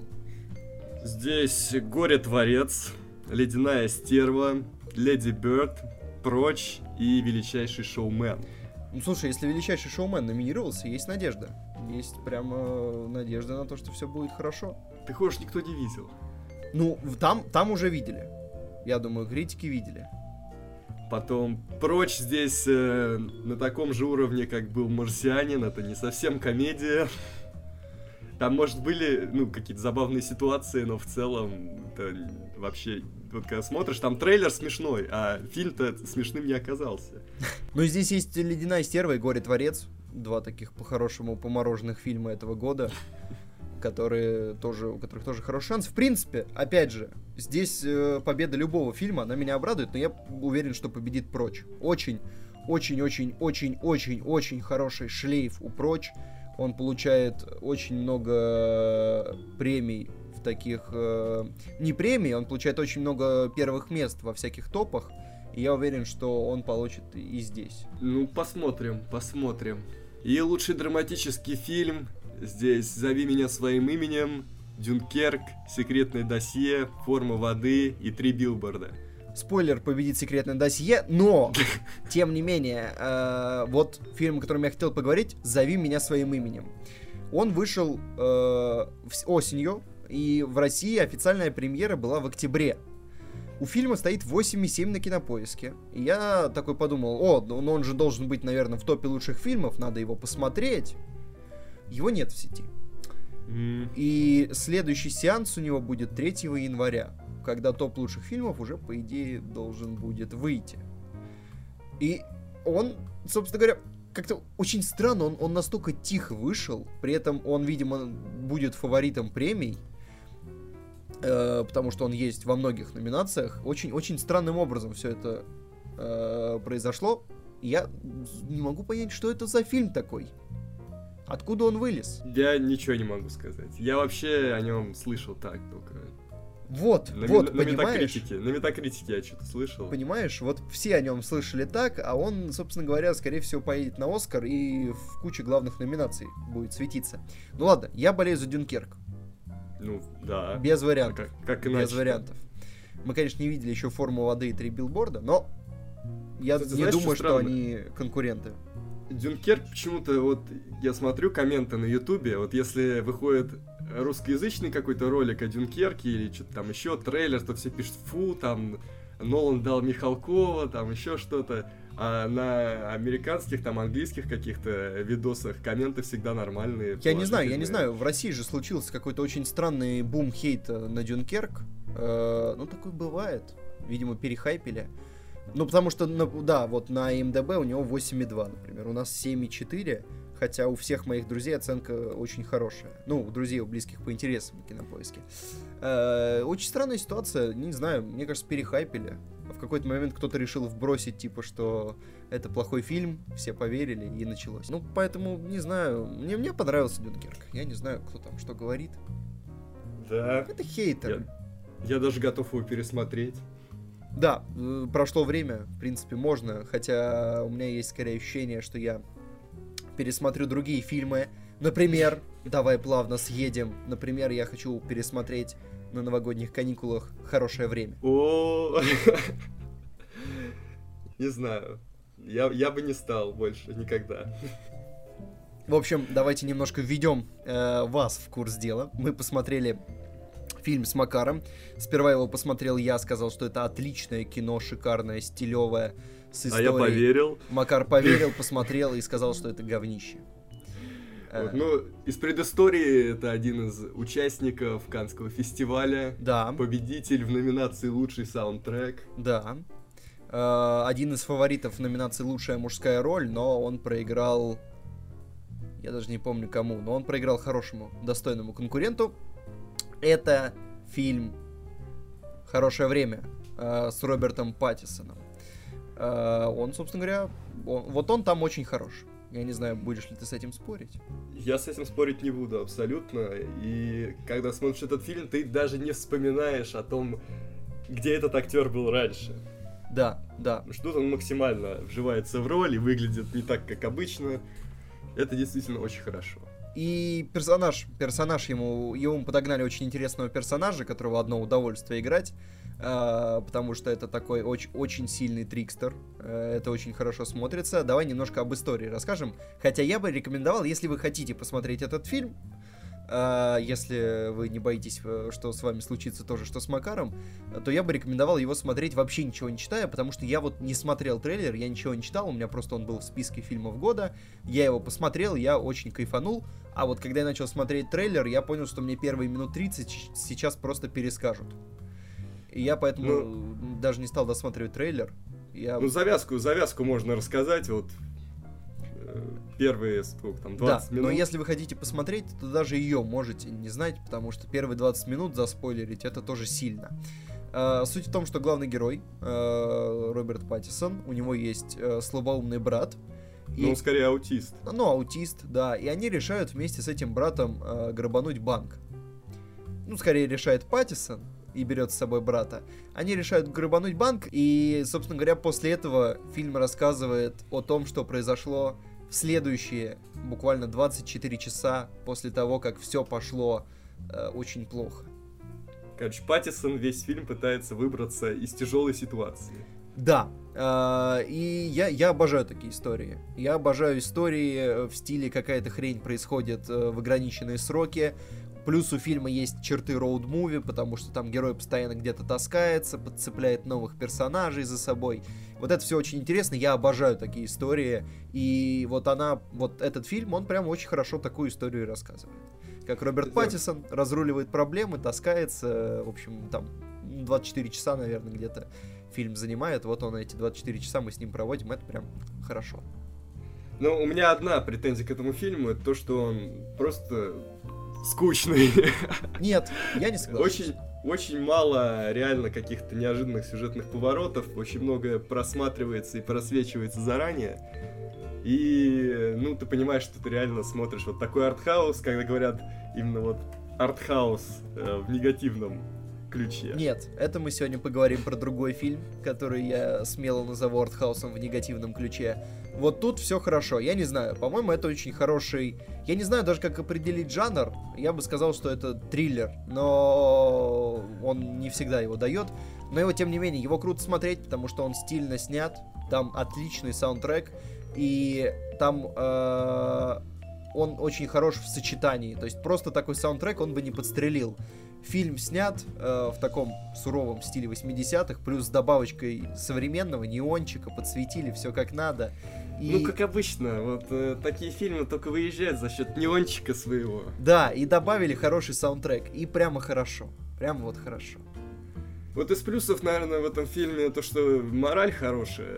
Здесь «Горе-творец», «Ледяная стерва», «Леди Бёрд», «Прочь» и «Величайший шоумен». Ну, слушай, если «Величайший шоумен» номинировался, есть надежда. Есть прямо надежда на то, что все будет хорошо. Ты хочешь, никто не видел? Ну, там, там уже видели. Я думаю, критики видели. Потом «Прочь» здесь э, на таком же уровне, как был «Марсианин». Это не совсем комедия. Там, может, были, ну, какие-то забавные ситуации, но в целом это вообще... Вот когда смотришь, там трейлер смешной, а фильм-то смешным не оказался. Ну, здесь есть «Ледяная стерва» и «Горе-творец». Два таких, по-хорошему, помороженных фильма этого года. Которые тоже, у которых тоже хороший шанс. В принципе, опять же, здесь э, победа любого фильма, она меня обрадует, но я уверен, что победит «Прочь». Очень, очень, очень, очень, очень, очень хороший шлейф у «Прочь». Он получает очень много премий в таких... Э, не премий, он получает очень много первых мест во всяких топах. И я уверен, что он получит и здесь. Ну, посмотрим, посмотрим. И лучший драматический фильм... Здесь «Зови меня своим именем», «Дюнкерк», «Секретное досье», «Форма воды» и «Три билборда». Спойлер, победит «Секретное досье», но, тем не менее, э, вот фильм, о котором я хотел поговорить, «Зови меня своим именем». Он вышел э, осенью, и в России официальная премьера была в октябре. У фильма стоит восемь и семь на Кинопоиске. И я такой подумал: о, ну он же должен быть, наверное, в топе лучших фильмов, надо его посмотреть. Его нет в сети. Mm. И следующий сеанс у него будет третьего января, когда топ лучших фильмов уже, по идее, должен будет выйти. И он, собственно говоря, как-то очень странно, он, он настолько тихо вышел, при этом он, видимо, будет фаворитом премий, э, потому что он есть во многих номинациях. Очень-очень странным образом все это э, произошло. Я не могу понять, что это за фильм такой. Откуда он вылез? Я ничего не могу сказать. Я вообще о нем слышал так только. Вот, на вот, ми- понимаешь? На метакритике, на метакритике я что-то слышал. Понимаешь, вот все о нем слышали так, а он, собственно говоря, скорее всего, поедет на Оскар и в куче главных номинаций будет светиться. Ну ладно, я болею за Дюнкерк. Ну, да. Без вариантов. А как, как иначе? Без вариантов. Мы, конечно, не видели еще «Форму воды» и «Три билборда», но я Ты не знаешь, думаю, что что они конкуренты. Дюнкерк почему-то, вот я смотрю комменты на Ютубе, вот если выходит русскоязычный какой-то ролик о Дюнкерке или что-то там еще, трейлер, то все пишут: фу, там Нолан дал Михалкова, там еще что-то. А на американских, там, английских каких-то видосах комменты всегда нормальные. Я не знаю, я не знаю, в России же случился какой-то очень странный бум хейта на Дюнкерк. Э, ну, такое бывает. Видимо, перехайпили. Ну, потому что, да, вот на ай эм ди би у него восемь и два, например. У нас семь и четыре, хотя у всех моих друзей оценка очень хорошая. Ну, у друзей, у близких по интересам на Кинопоиске. Э, очень странная ситуация, не знаю, мне кажется, перехайпили. В какой-то момент кто-то решил вбросить, типа, что это плохой фильм, все поверили, и началось. Ну, поэтому, не знаю, мне, мне понравился Дюнкерк. Я не знаю, кто там что говорит. Да. Это хейтеры. Я, я даже готов его пересмотреть. Да, прошло время, в принципе, можно, хотя у меня есть скорее ощущение, что я пересмотрю другие фильмы. Например, давай плавно съедем. Например, я хочу пересмотреть на новогодних каникулах «Хорошее время». О, не знаю. Я, я бы не стал больше никогда. В общем, давайте немножко введем э, вас в курс дела. Мы посмотрели фильм с Макаром. Сперва его посмотрел я, сказал, что это отличное кино, шикарное, стилевое, с историей. А я поверил. Макар поверил, посмотрел и сказал, что это говнище. Вот, ну, из предыстории это один из участников Каннского фестиваля. Да. Победитель в номинации «Лучший саундтрек». Да. Э, один из фаворитов в номинации «Лучшая мужская роль», но он проиграл... Я даже не помню кому, но он проиграл хорошему, достойному конкуренту. Это фильм «Хорошее время» э, с Робертом Паттинсоном. Э, он, собственно говоря, он, вот он там очень хорош. Я не знаю, будешь ли ты с этим спорить. Я с этим спорить не буду абсолютно. И когда смотришь этот фильм, ты даже не вспоминаешь о том, где этот актер был раньше. Да, да. Потому что тут он максимально вживается в роль и выглядит не так, как обычно. Это действительно очень хорошо. И персонаж, персонаж ему, ему подогнали очень интересного персонажа, которого одно удовольствие играть, э, потому что это такой очень, очень сильный трикстер, э, это очень хорошо смотрится. Давай немножко об истории расскажем, хотя я бы рекомендовал, если вы хотите посмотреть этот фильм, э, если вы не боитесь, что с вами случится то же, что с Макаром, то я бы рекомендовал его смотреть вообще ничего не читая, потому что я вот не смотрел трейлер, я ничего не читал, у меня просто он был в списке фильмов года, я его посмотрел, я очень кайфанул. А вот когда я начал смотреть трейлер, я понял, что мне первые минут тридцать сейчас просто перескажут. И я поэтому ну, даже не стал досматривать трейлер. Я... Ну, завязку, завязку можно рассказать, вот э, первые, сколько там, двадцать да, минут. Но если вы хотите посмотреть, то даже ее можете не знать, потому что первые двадцать минут заспойлерить это тоже сильно. Uh, суть в том, что главный герой, uh, Роберт Паттинсон, у него есть uh, слабоумный брат. И... Ну, он скорее аутист. Ну, аутист, да. И они решают вместе с этим братом э, грабануть банк. Ну, скорее решает Паттинсон и берет с собой брата. Они решают грабануть банк, и, собственно говоря, после этого фильм рассказывает о том, что произошло в следующие буквально двадцать четыре часа после того, как все пошло э, очень плохо. Короче, Паттинсон весь фильм пытается выбраться из тяжелой ситуации. Да, э, и я, я обожаю такие истории. Я обожаю истории в стиле какая-то хрень происходит э, в ограниченные сроки. Плюс у фильма есть черты роуд-муви, потому что там герой постоянно где-то таскается, подцепляет новых персонажей за собой. Вот это все очень интересно, я обожаю такие истории. И вот она, вот этот фильм, он прям очень хорошо такую историю рассказывает. Как Роберт Паттинсон разруливает проблемы, таскается, в общем, там двадцать четыре часа, наверное, где-то фильм занимает, вот он эти двадцать четыре часа мы с ним проводим, это прям хорошо. Ну, у меня одна претензия к этому фильму, это то, что он просто скучный. Нет, я не согласен. Очень, очень мало реально каких-то неожиданных сюжетных поворотов, очень многое просматривается и просвечивается заранее. И, ну, ты понимаешь, что ты реально смотришь вот такой артхаус, когда говорят именно вот артхаус э, в негативном ключе. Нет, это мы сегодня поговорим про другой фильм, который я смело назову артхаусом в негативном ключе. Вот тут все хорошо, я не знаю, по-моему, это очень хороший... Я не знаю даже, как определить жанр, я бы сказал, что это триллер, но он не всегда его дает. Но его, тем не менее, его круто смотреть, потому что он стильно снят, там отличный саундтрек, и там э, он очень хорош в сочетании. То есть просто такой саундтрек он бы не подстрелил фильм снят э, в таком суровом стиле восьмидесятых, плюс с добавочкой современного неончика, подсветили все как надо. И... Ну, как обычно, вот э, такие фильмы только выезжают за счет неончика своего. Да, и добавили хороший саундтрек, и прямо хорошо, прямо вот хорошо. Вот из плюсов, наверное, в этом фильме то, что мораль хорошая.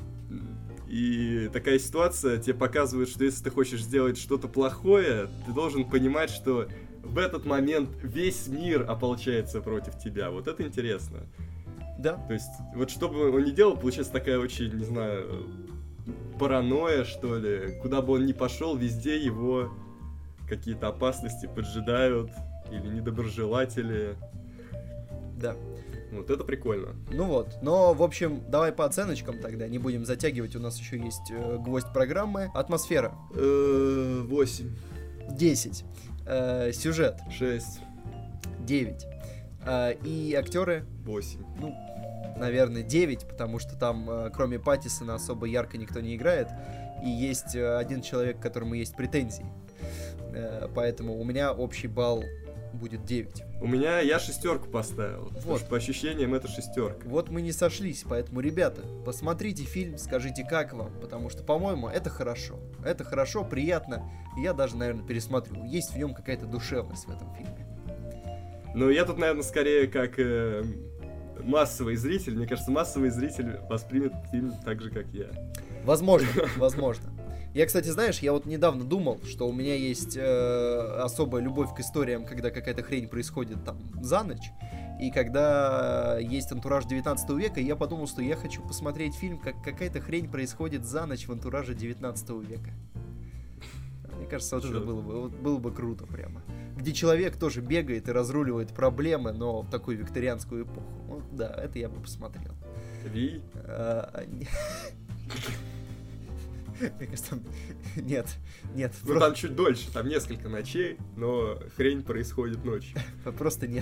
И такая ситуация тебе показывает, что если ты хочешь сделать что-то плохое, ты должен понимать, что в этот момент весь мир ополчается против тебя. Вот это интересно. Да. То есть, вот что бы он ни делал, получается такая очень, не знаю, паранойя, что ли. Куда бы он ни пошел, везде его какие-то опасности поджидают. Или недоброжелатели. Да. Вот это прикольно. Ну вот, но, в общем, давай по оценочкам тогда, не будем затягивать, у нас еще есть э, гвоздь программы. Атмосфера. Восемь. десять. Э, сюжет. Шесть. девять. Э, и актеры. Восемь. Ну, наверное, девять, потому что там, э, кроме Паттисона, особо ярко никто не играет. И есть э, один человек, к которому есть претензии. Э, поэтому у меня общий балл будет девять. У меня я шестерку поставил. Вот. Потому что по ощущениям это шестерка. Вот мы не сошлись, поэтому, ребята, посмотрите фильм, скажите, как вам, потому что, по-моему, это хорошо. Это хорошо, приятно, и я даже, наверное, пересмотрю. Есть в нем какая-то душевность в этом фильме. Ну, я тут, наверное, скорее как э, массовый зритель. Мне кажется, массовый зритель воспримет фильм так же, как я. Возможно, возможно. Я, кстати, знаешь, я вот недавно думал, что у меня есть э, особая любовь к историям, когда какая-то хрень происходит там за ночь, и когда есть антураж девятнадцатого века, и я подумал, что я хочу посмотреть фильм, как какая-то хрень происходит за ночь в антураже девятнадцатого века. Мне кажется, вот это было бы, вот, было бы круто прямо. Где человек тоже бегает и разруливает проблемы, но в такую викторианскую эпоху. Ну, да, это я бы посмотрел. Ви? А, Мне кажется, там... Нет, нет. Ну просто... там чуть дольше, там несколько ночей, но хрень происходит ночью. Просто нет.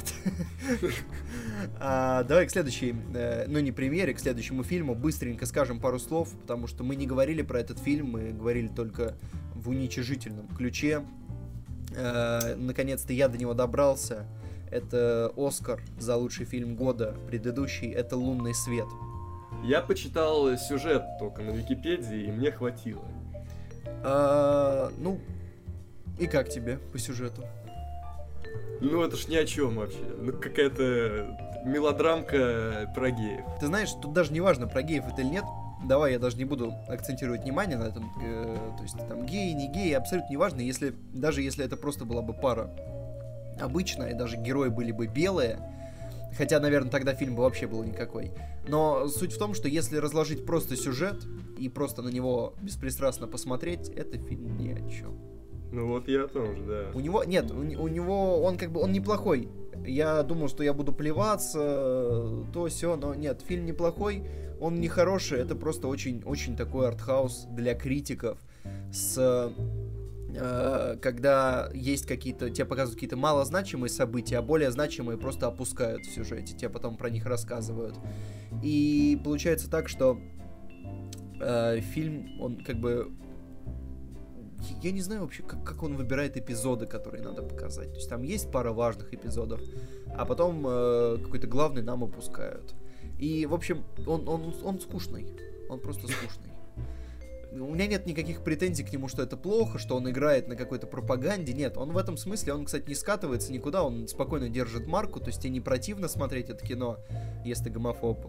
а, давай к следующей, э, ну не премьере, к следующему фильму быстренько скажем пару слов, потому что мы не говорили про этот фильм, мы говорили только в уничижительном ключе. Э, наконец-то я до него добрался. Это Оскар за лучший фильм года. Предыдущий — это «Лунный свет». Я почитал сюжет только на Википедии, и мне хватило. А, ну, и как тебе по сюжету? Ну, это ж ни о чем вообще. Ну, какая-то мелодрамка про геев. Ты знаешь, тут даже не важно, про геев это или нет. Давай, я даже не буду акцентировать внимание на этом. Э, то есть, там, геи, не геи, абсолютно не важно. Если, даже если это просто была бы пара обычная, и даже герои были бы белые, хотя, наверное, тогда фильм бы вообще был никакой. Но суть в том, что если разложить просто сюжет и просто на него беспристрастно посмотреть, это фильм ни о чем. Ну вот я о том же, да. У него, нет, у, у него, он как бы, он неплохой. Я думал, что я буду плеваться, то сё, но нет, фильм неплохой, он не хороший, это просто очень-очень такой артхаус для критиков с... когда есть какие-то, тебе показывают какие-то малозначимые события, а более значимые просто опускают в сюжете, тебе потом про них рассказывают. И получается так, что э, фильм, он как бы... Я не знаю вообще, как, как он выбирает эпизоды, которые надо показать. То есть там есть пара важных эпизодов, а потом э, какой-то главный нам опускают. И, в общем, он, он, он скучный. Он просто скучный. У меня нет никаких претензий к нему, что это плохо, что он играет на какой-то пропаганде. Нет, он в этом смысле, он, кстати, не скатывается никуда, он спокойно держит марку, то есть тебе не противно смотреть это кино, если ты гомофоб,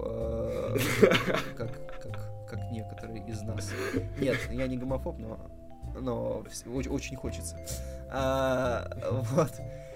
как некоторые из нас. Нет, я не гомофоб, но, но очень хочется. Вот.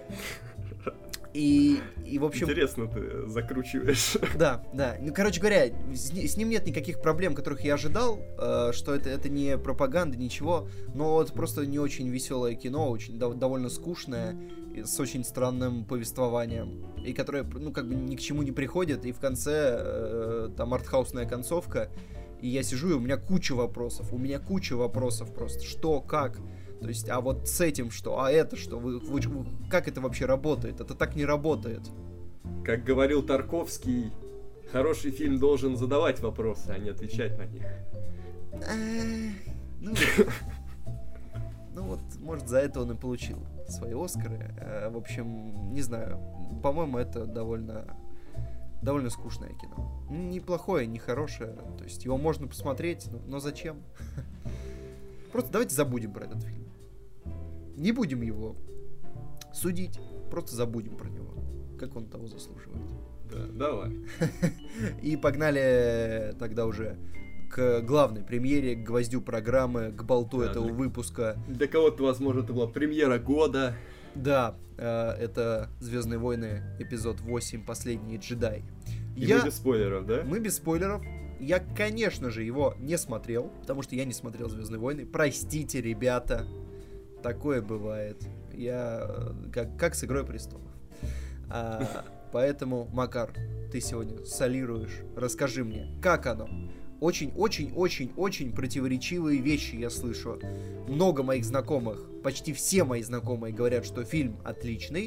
И, и, в общем... Интересно ты закручиваешь. Да, да. Ну, короче говоря, с, с ним нет никаких проблем, которых я ожидал, э, что это, это не пропаганда, ничего, но это просто не очень веселое кино, очень дов- довольно скучное, с очень странным повествованием, и которое, ну, как бы ни к чему не приходит, и в конце э, там артхаусная концовка, и я сижу, и у меня куча вопросов, у меня куча вопросов просто, что, как... То есть, а вот с этим что? А это что? Вы, вы, вы, как это вообще работает? Это так не работает. Как говорил Тарковский, хороший фильм должен задавать вопросы, а не отвечать на них. Ну вот, может, за это он и получил свои Оскары. В общем, не знаю, по-моему, это довольно, довольно скучное кино. Неплохое, не хорошее, то есть его можно посмотреть, но, но зачем? Просто давайте забудем про этот фильм. Не будем его судить, просто забудем про него, как он того заслуживает. Да, давай. И погнали тогда уже к главной премьере, к гвоздю программы, к болту да, этого для... выпуска. Для кого-то, возможно, это была премьера года. Да, э, это «Звездные войны», эпизод восемь, «Последний джедай». И я... мы без спойлеров, да? Мы без спойлеров. Я, конечно же, его не смотрел, потому что я не смотрел «Звездные войны». Простите, ребята, такое бывает. Я как, как с «Игрой престолов». А, поэтому, Макар, ты сегодня солируешь. Расскажи мне, как оно? Очень-очень-очень-очень противоречивые вещи я слышу. Много моих знакомых, почти все мои знакомые говорят, что фильм отличный,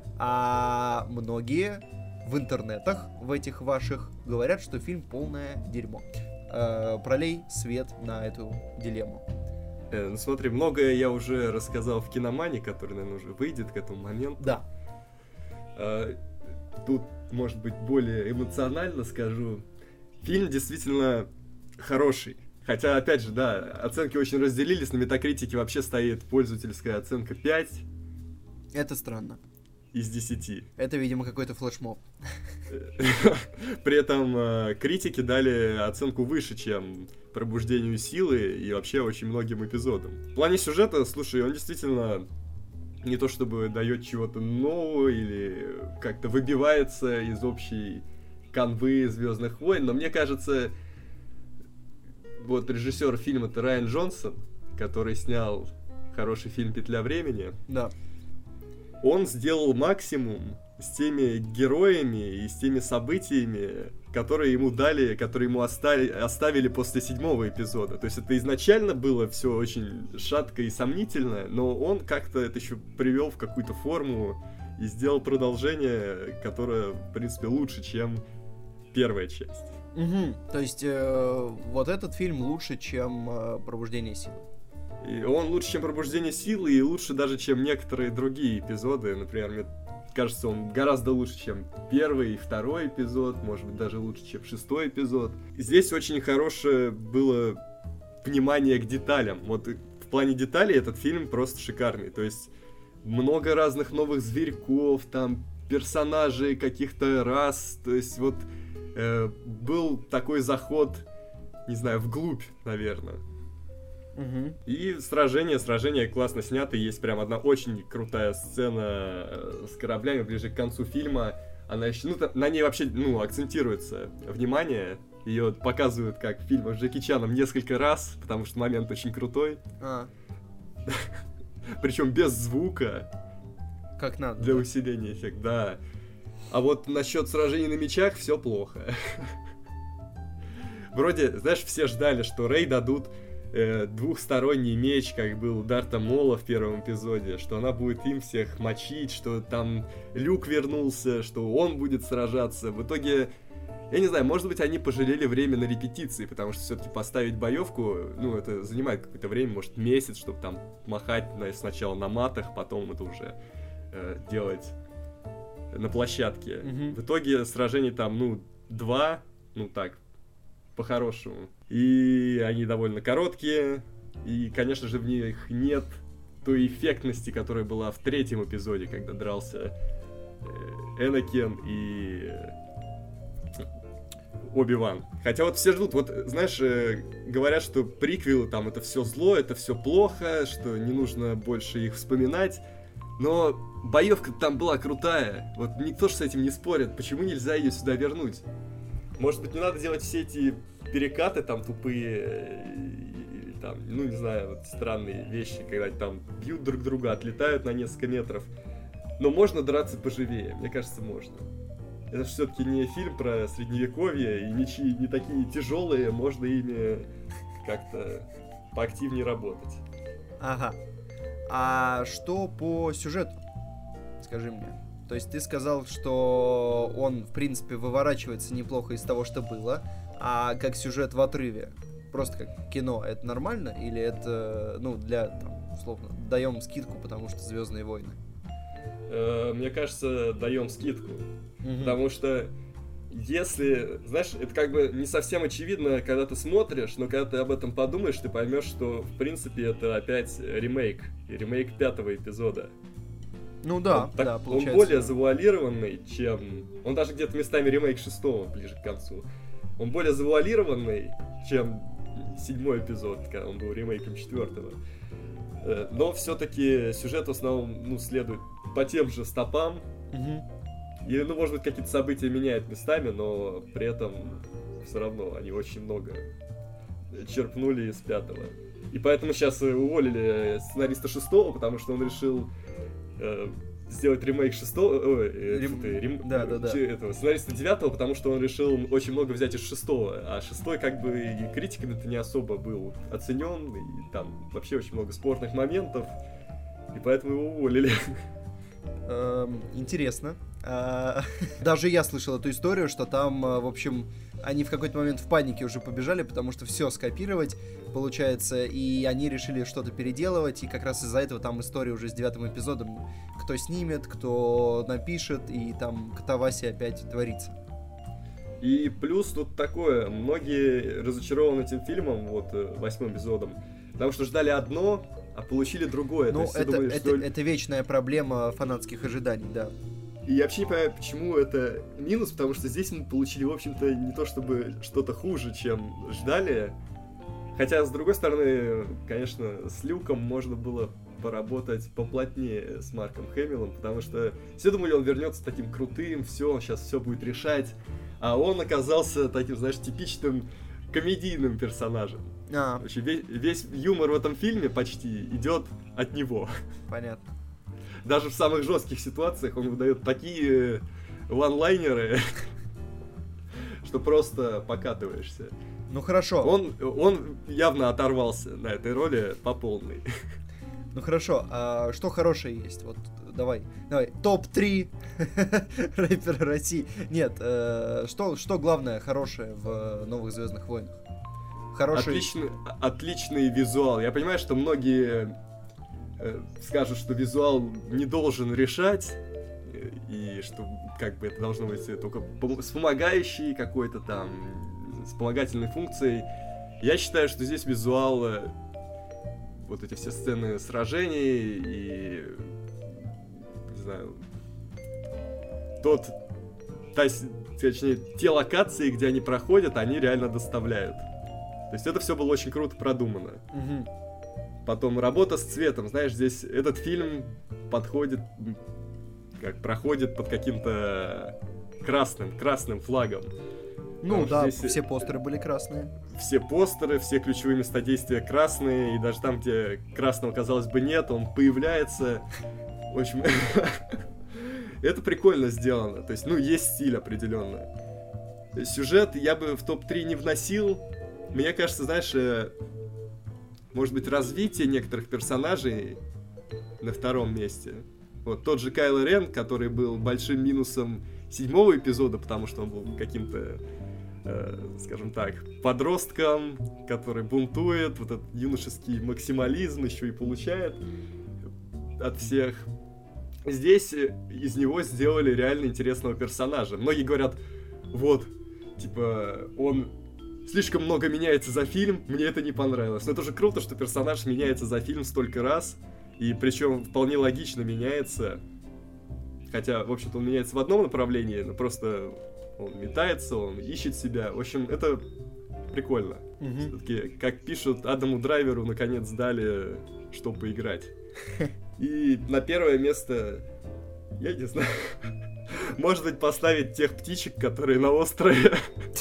а многие в интернетах, в этих ваших, говорят, что фильм полное дерьмо. Э, пролей свет на эту дилемму. Э, ну смотри, многое я уже рассказал в «Киномане», который, наверное, уже выйдет к этому моменту. Да. Э, тут, может быть, более эмоционально скажу. Фильм действительно хороший. Хотя, опять же, да, оценки очень разделились. На Метакритике вообще стоит пользовательская оценка пять. Это странно. Из десяти. Это, видимо, какой-то флешмоб. При этом э, критики дали оценку выше, чем «Пробуждению силы» и вообще очень многим эпизодам. В плане сюжета, слушай, он действительно не то чтобы дает чего-то нового или как-то выбивается из общей канвы «Звездных войн», но мне кажется, вот режиссер фильма это Райан Джонсон, который снял хороший фильм «Петля времени». Да. Он сделал максимум с теми героями и с теми событиями, которые ему дали, которые ему оставили, оставили после седьмого эпизода. То есть это изначально было все очень шатко и сомнительно, но он как-то это еще привел в какую-то форму и сделал продолжение, которое, в принципе, лучше, чем первая часть. Угу. То есть э, вот этот фильм лучше, чем э, «Пробуждение силы». И он лучше, чем «Пробуждение силы», и лучше даже, чем некоторые другие эпизоды. Например, мне кажется, он гораздо лучше, чем первый и второй эпизод, может быть, даже лучше, чем шестой эпизод. Здесь очень хорошее было внимание к деталям. Вот в плане деталей этот фильм просто шикарный. То есть много разных новых зверьков, там персонажей каких-то рас. То есть вот э, был такой заход, не знаю, вглубь, наверное. Угу. И сражение, сражение классно снято. Есть прям одна очень крутая сцена с кораблями ближе к концу фильма. Она еще, ну, на ней вообще, ну, акцентируется внимание. Ее показывают как в фильмах с Джеки Чаном несколько раз, потому что момент очень крутой. А. Причем без звука. Как надо. Для да? усиления эффекта, да. А вот насчет сражений на мечах все плохо. Вроде, знаешь, все ждали, что Рей дадут э, двухсторонний меч, как был у Дарта Мола в первом эпизоде, что она будет им всех мочить, что там Люк вернулся, что он будет сражаться. В итоге, я не знаю, может быть, они пожалели время на репетиции, потому что все-таки поставить боевку, ну, это занимает какое-то время, может, месяц, чтобы там махать сначала на матах, потом это уже э, делать на площадке. Mm-hmm. В итоге сражений там, ну, два, ну, так, по-хорошему. И они довольно короткие, и, конечно же, в них нет той эффектности, которая была в третьем эпизоде, когда дрался э, Энакин и Оби-Ван. Хотя вот все ждут, вот, знаешь, э, говорят, что приквелы там это все зло, это все плохо, что не нужно больше их вспоминать, но боевка там была крутая, вот никто же с этим не спорит, почему нельзя ее сюда вернуть? Может быть, не надо делать все эти перекаты там тупые, или там, ну не знаю, вот странные вещи, когда там бьют друг друга, отлетают на несколько метров, но можно драться поживее, мне кажется, можно. Это же все-таки не фильм про средневековье, и мечи не такие тяжелые, можно ими как-то поактивнее работать. Ага. А что по сюжету? Скажи мне. То есть ты сказал, что он, в принципе, выворачивается неплохо из того, что было, а как сюжет в отрыве, просто как кино, это нормально? Или это, ну, для там, условно, даем скидку, потому что Звездные войны? Э, мне кажется, даем скидку. Мгм. Потому что если, знаешь, это как бы не совсем очевидно, когда ты смотришь, но когда ты об этом подумаешь, ты поймешь, что в принципе это опять ремейк. И ремейк пятого эпизода. Ну да, Он, так- да, он получается. более завуалированный, чем... Он даже где-то местами ремейк шестого ближе к концу. Он более завуалированный, чем седьмой эпизод, когда он был ремейком четвертого. Э, Но все-таки сюжет в основном, ну, следует по тем же стопам. Мгм. И, ну, может быть, какие-то события меняют местами, но при этом все равно они очень много черпнули из пятого. И поэтому сейчас уволили сценариста шестого, потому что он решил э, сделать ремейк шестого, ой, э, Рем- фу ты, рем- да, да, да. че- этого, сценариста девятого, потому что он решил очень много взять из шестого, а шестой как бы и критиками-то не особо был оценен, и там вообще очень много спорных моментов, и поэтому его уволили. Эм, Интересно. А, Даже я слышал эту историю, что там, э, в общем, они в какой-то момент в панике уже побежали, потому что все скопировать, получается, и они решили что-то переделывать, и как раз из-за этого там история уже с девятым эпизодом, кто снимет, кто напишет, и там катавасия опять творится. И плюс тут такое, многие разочарованы этим фильмом, вот, э, восьмым эпизодом, потому что ждали одно, а получили другое. То Ну, есть все это, думали, это, что- это вечная проблема фанатских ожиданий, да. И я вообще не понимаю, почему это минус, потому что здесь мы получили, в общем-то, не то чтобы что-то хуже, чем ждали. Хотя, с другой стороны, конечно, с Люком можно было поработать поплотнее с Марком Хэмиллом, потому что все думали, он вернется таким крутым, все, сейчас все будет решать. А он оказался таким, знаешь, типичным комедийным персонажем. А, Вообще, весь, весь юмор в этом фильме почти идет от него. понятно. Даже в самых жестких ситуациях он выдает такие ванлайнеры, что просто покатываешься. Ну хорошо. Он, он явно оторвался на этой роли по полной. Ну хорошо, а что хорошее есть? Вот давай, давай, топ три рэпера России. Нет, э, что, что главное хорошее в новых Звездных войнах? Хороший. Отличный, отличный визуал. Я понимаю, что многие э, скажут, что визуал не должен решать, э, и что как бы это должно быть только пом- вспомогающий какой-то там, вспомогательной функцией. Я считаю, что здесь визуал, э, вот эти все сцены сражений и, не знаю, тот, та, с- точнее, те локации, где они проходят, они реально доставляют. То есть это все было очень круто продумано. Мгм. Потом работа с цветом, знаешь, здесь этот фильм подходит, м, как проходит под каким-то красным, красным флагом. Ну Потому да, что здесь все постеры были красные. все постеры, все ключевые места действия красные, и даже там, где красного, казалось бы, нет, он появляется. В общем, это прикольно сделано. То есть, ну, есть стиль определенно. Сюжет я бы в топ три не вносил. Мне кажется, знаешь, э, может быть, развитие некоторых персонажей на втором месте. Вот тот же Кайло Рен, который был большим минусом седьмого эпизода, потому что он был каким-то, э, скажем так, подростком, который бунтует, вот этот юношеский максимализм еще и получает от всех. Здесь э, из него сделали реально интересного персонажа. Многие говорят, вот, типа, он слишком много меняется за фильм, мне это не понравилось. Но это же круто, что персонаж меняется за фильм столько раз, и причем вполне логично меняется. Хотя, в общем-то, он меняется в одном направлении, но просто он метается, он ищет себя. В общем, это прикольно. Мгм. Все-таки, как пишут, Адаму Драйверу наконец дали, что поиграть. И на первое место, я не знаю, может быть, поставить тех птичек, которые на острове.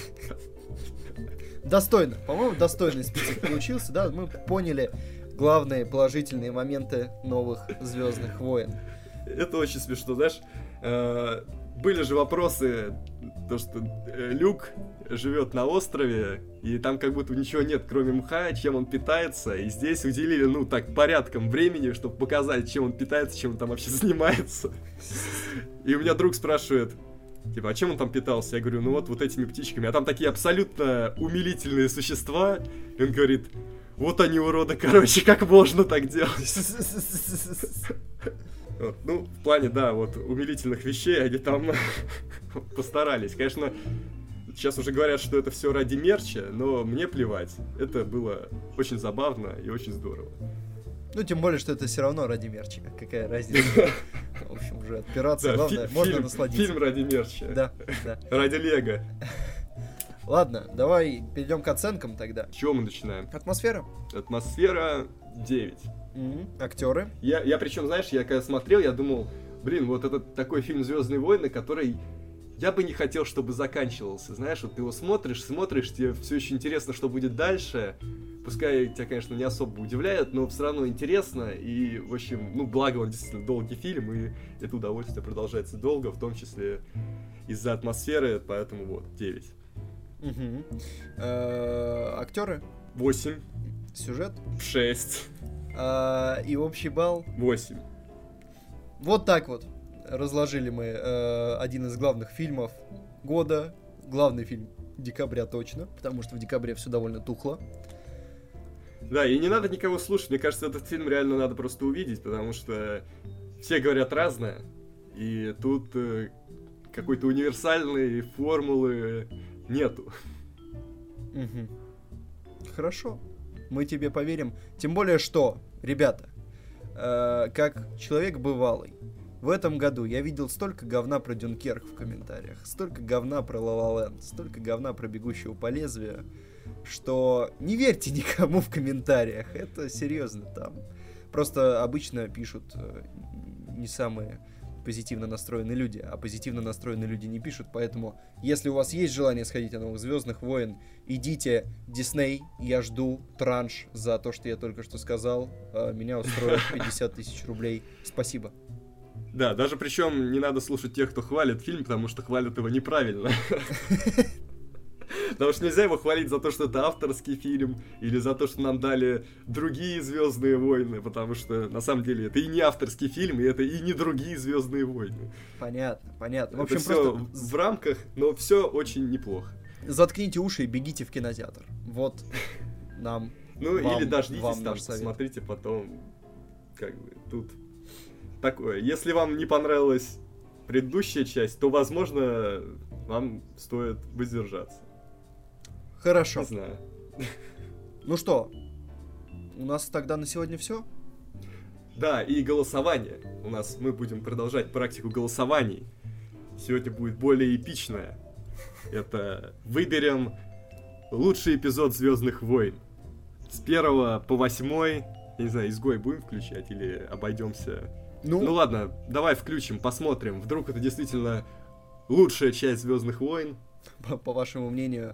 Достойно, по-моему, достойный список получился, да, мы поняли главные положительные моменты новых Звездных войн. Это очень смешно, знаешь. э, Были же вопросы, то, что э, Люк живет на острове, и там как будто ничего нет, кроме мха, чем он питается. И здесь уделили, ну, так, порядком времени, чтобы показать, чем он питается, чем он там вообще занимается. И у меня друг спрашивает, типа, а чем он там питался? Я говорю, ну вот, вот этими птичками. А там такие абсолютно умилительные существа. И он говорит, Вот они уроды, короче, как можно так делать? Вот, ну, в плане, да, вот умилительных вещей они там постарались. Конечно, сейчас уже говорят, что это все ради мерча, но мне плевать. Это было очень забавно и очень здорово. Ну, тем более, что это все равно ради мерча. Какая разница? В общем, уже отпираться, Да, главное, фи- можно фильм, насладиться. Фильм ради мерча. Да, да. Ради Лего. Ладно, давай перейдем к оценкам тогда. С чего мы начинаем? Атмосфера. Атмосфера девять. Мгм. Актеры. Я, я причем, знаешь, я когда смотрел, я думал, блин, вот это такой фильм «Звездные войны», который я бы не хотел, чтобы заканчивался. Знаешь, вот ты его смотришь, смотришь, тебе все еще интересно, что будет дальше. Пускай тебя, конечно, не особо удивляет, но все равно интересно. И, в общем, ну, благо он действительно долгий фильм, и это удовольствие продолжается долго, в том числе из-за атмосферы, поэтому вот, девять. Мгм. Э, Актеры. восемь. Сюжет. шесть. А, И общий балл. восемь. Вот так вот разложили мы э, один из главных фильмов года. Главный фильм декабря точно, потому что в декабре все довольно тухло. Да, и не надо никого слушать, мне кажется, этот фильм реально надо просто увидеть, потому что все говорят разное, и тут э, какой-то универсальной формулы нету. Мгм. Хорошо, мы тебе поверим. Тем более, что, ребята, э, как человек бывалый, в этом году я видел столько говна про Дюнкерк в комментариях, столько говна про Ла Ла Ленд, столько говна про Бегущего по лезвию, что не верьте никому в комментариях, это серьезно там. Просто обычно пишут э, не самые позитивно настроенные люди, а позитивно настроенные люди не пишут, поэтому если у вас есть желание сходить на новых «Звездных войн», идите, Дисней, я жду транш за то, что я только что сказал, э, меня устроит пятьдесят тысяч рублей, спасибо. Да, даже причем не надо слушать тех, кто хвалит фильм, потому что хвалят его неправильно. Потому что нельзя его хвалить за то, что это авторский фильм, или за то, что нам дали другие «Звездные войны», потому что на самом деле это и не авторский фильм, и это и не другие «Звездные войны». Понятно, понятно. В Это общем, все просто в рамках, но все очень неплохо. заткните уши и бегите в кинотеатр. Вот нам. Ну Вам- или дождитесь вам там, наш совет. посмотрите потом, как бы, тут такое. Если вам не понравилась предыдущая часть, то, возможно, вам стоит воздержаться. Хорошо. Не знаю. Ну что, у нас тогда на сегодня все? Да, и голосование. У нас мы будем продолжать практику голосований. Сегодня будет более эпичное. Это выберем лучший эпизод «Звездных войн». С первого по восьмой. Я не знаю, изгой будем включать или обойдемся? Ну, Ну ладно, давай включим, посмотрим. Вдруг это действительно лучшая часть «Звездных войн». по, по вашему мнению,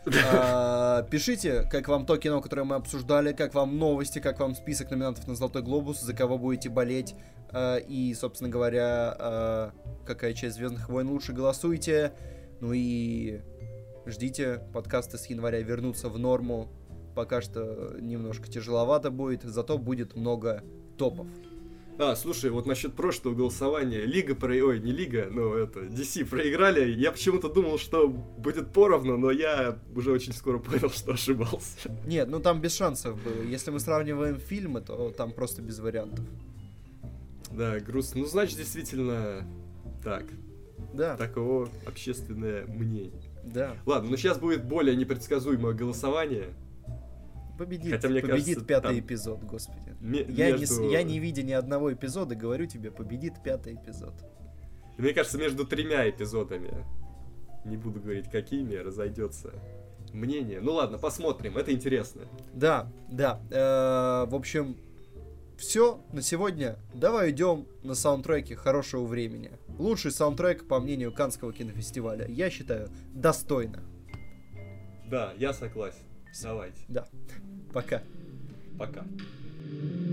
а, пишите, как вам то кино, которое мы обсуждали, как вам новости, как вам список номинантов на «Золотой глобус», за кого будете болеть, а, и, собственно говоря, а, какая часть «Звездных войн» лучше, голосуйте. Ну и ждите, подкасты с января вернутся в норму. Пока что немножко тяжеловато будет, зато будет много топов. А, слушай, вот насчет прошлого голосования. Лига про... Ой, не Лига, но это... ди си проиграли. Я почему-то думал, что будет поровну, но я уже очень скоро понял, что ошибался. Нет, ну там без шансов было. Если мы сравниваем фильмы, то там просто без вариантов. Да, грустно. Ну, значит, действительно... Так. Да, Таково общественное мнение. да. Ладно, но сейчас будет более непредсказуемое голосование. Победит, Хотя, мне победит кажется, пятый там эпизод, господи. Ме- Я, между- не, с- я не видя ни одного эпизода, говорю тебе, победит пятый эпизод. Мне кажется, между тремя эпизодами, не буду говорить какими, разойдется мнение. Ну ладно, посмотрим, это интересно. Да, да. Э, в общем, все на сегодня. Давай идем на саундтреки хорошего времени. Лучший саундтрек, по мнению Каннского кинофестиваля. Я считаю, достойно. Да, я согласен. Давайте, Да. Пока. пока.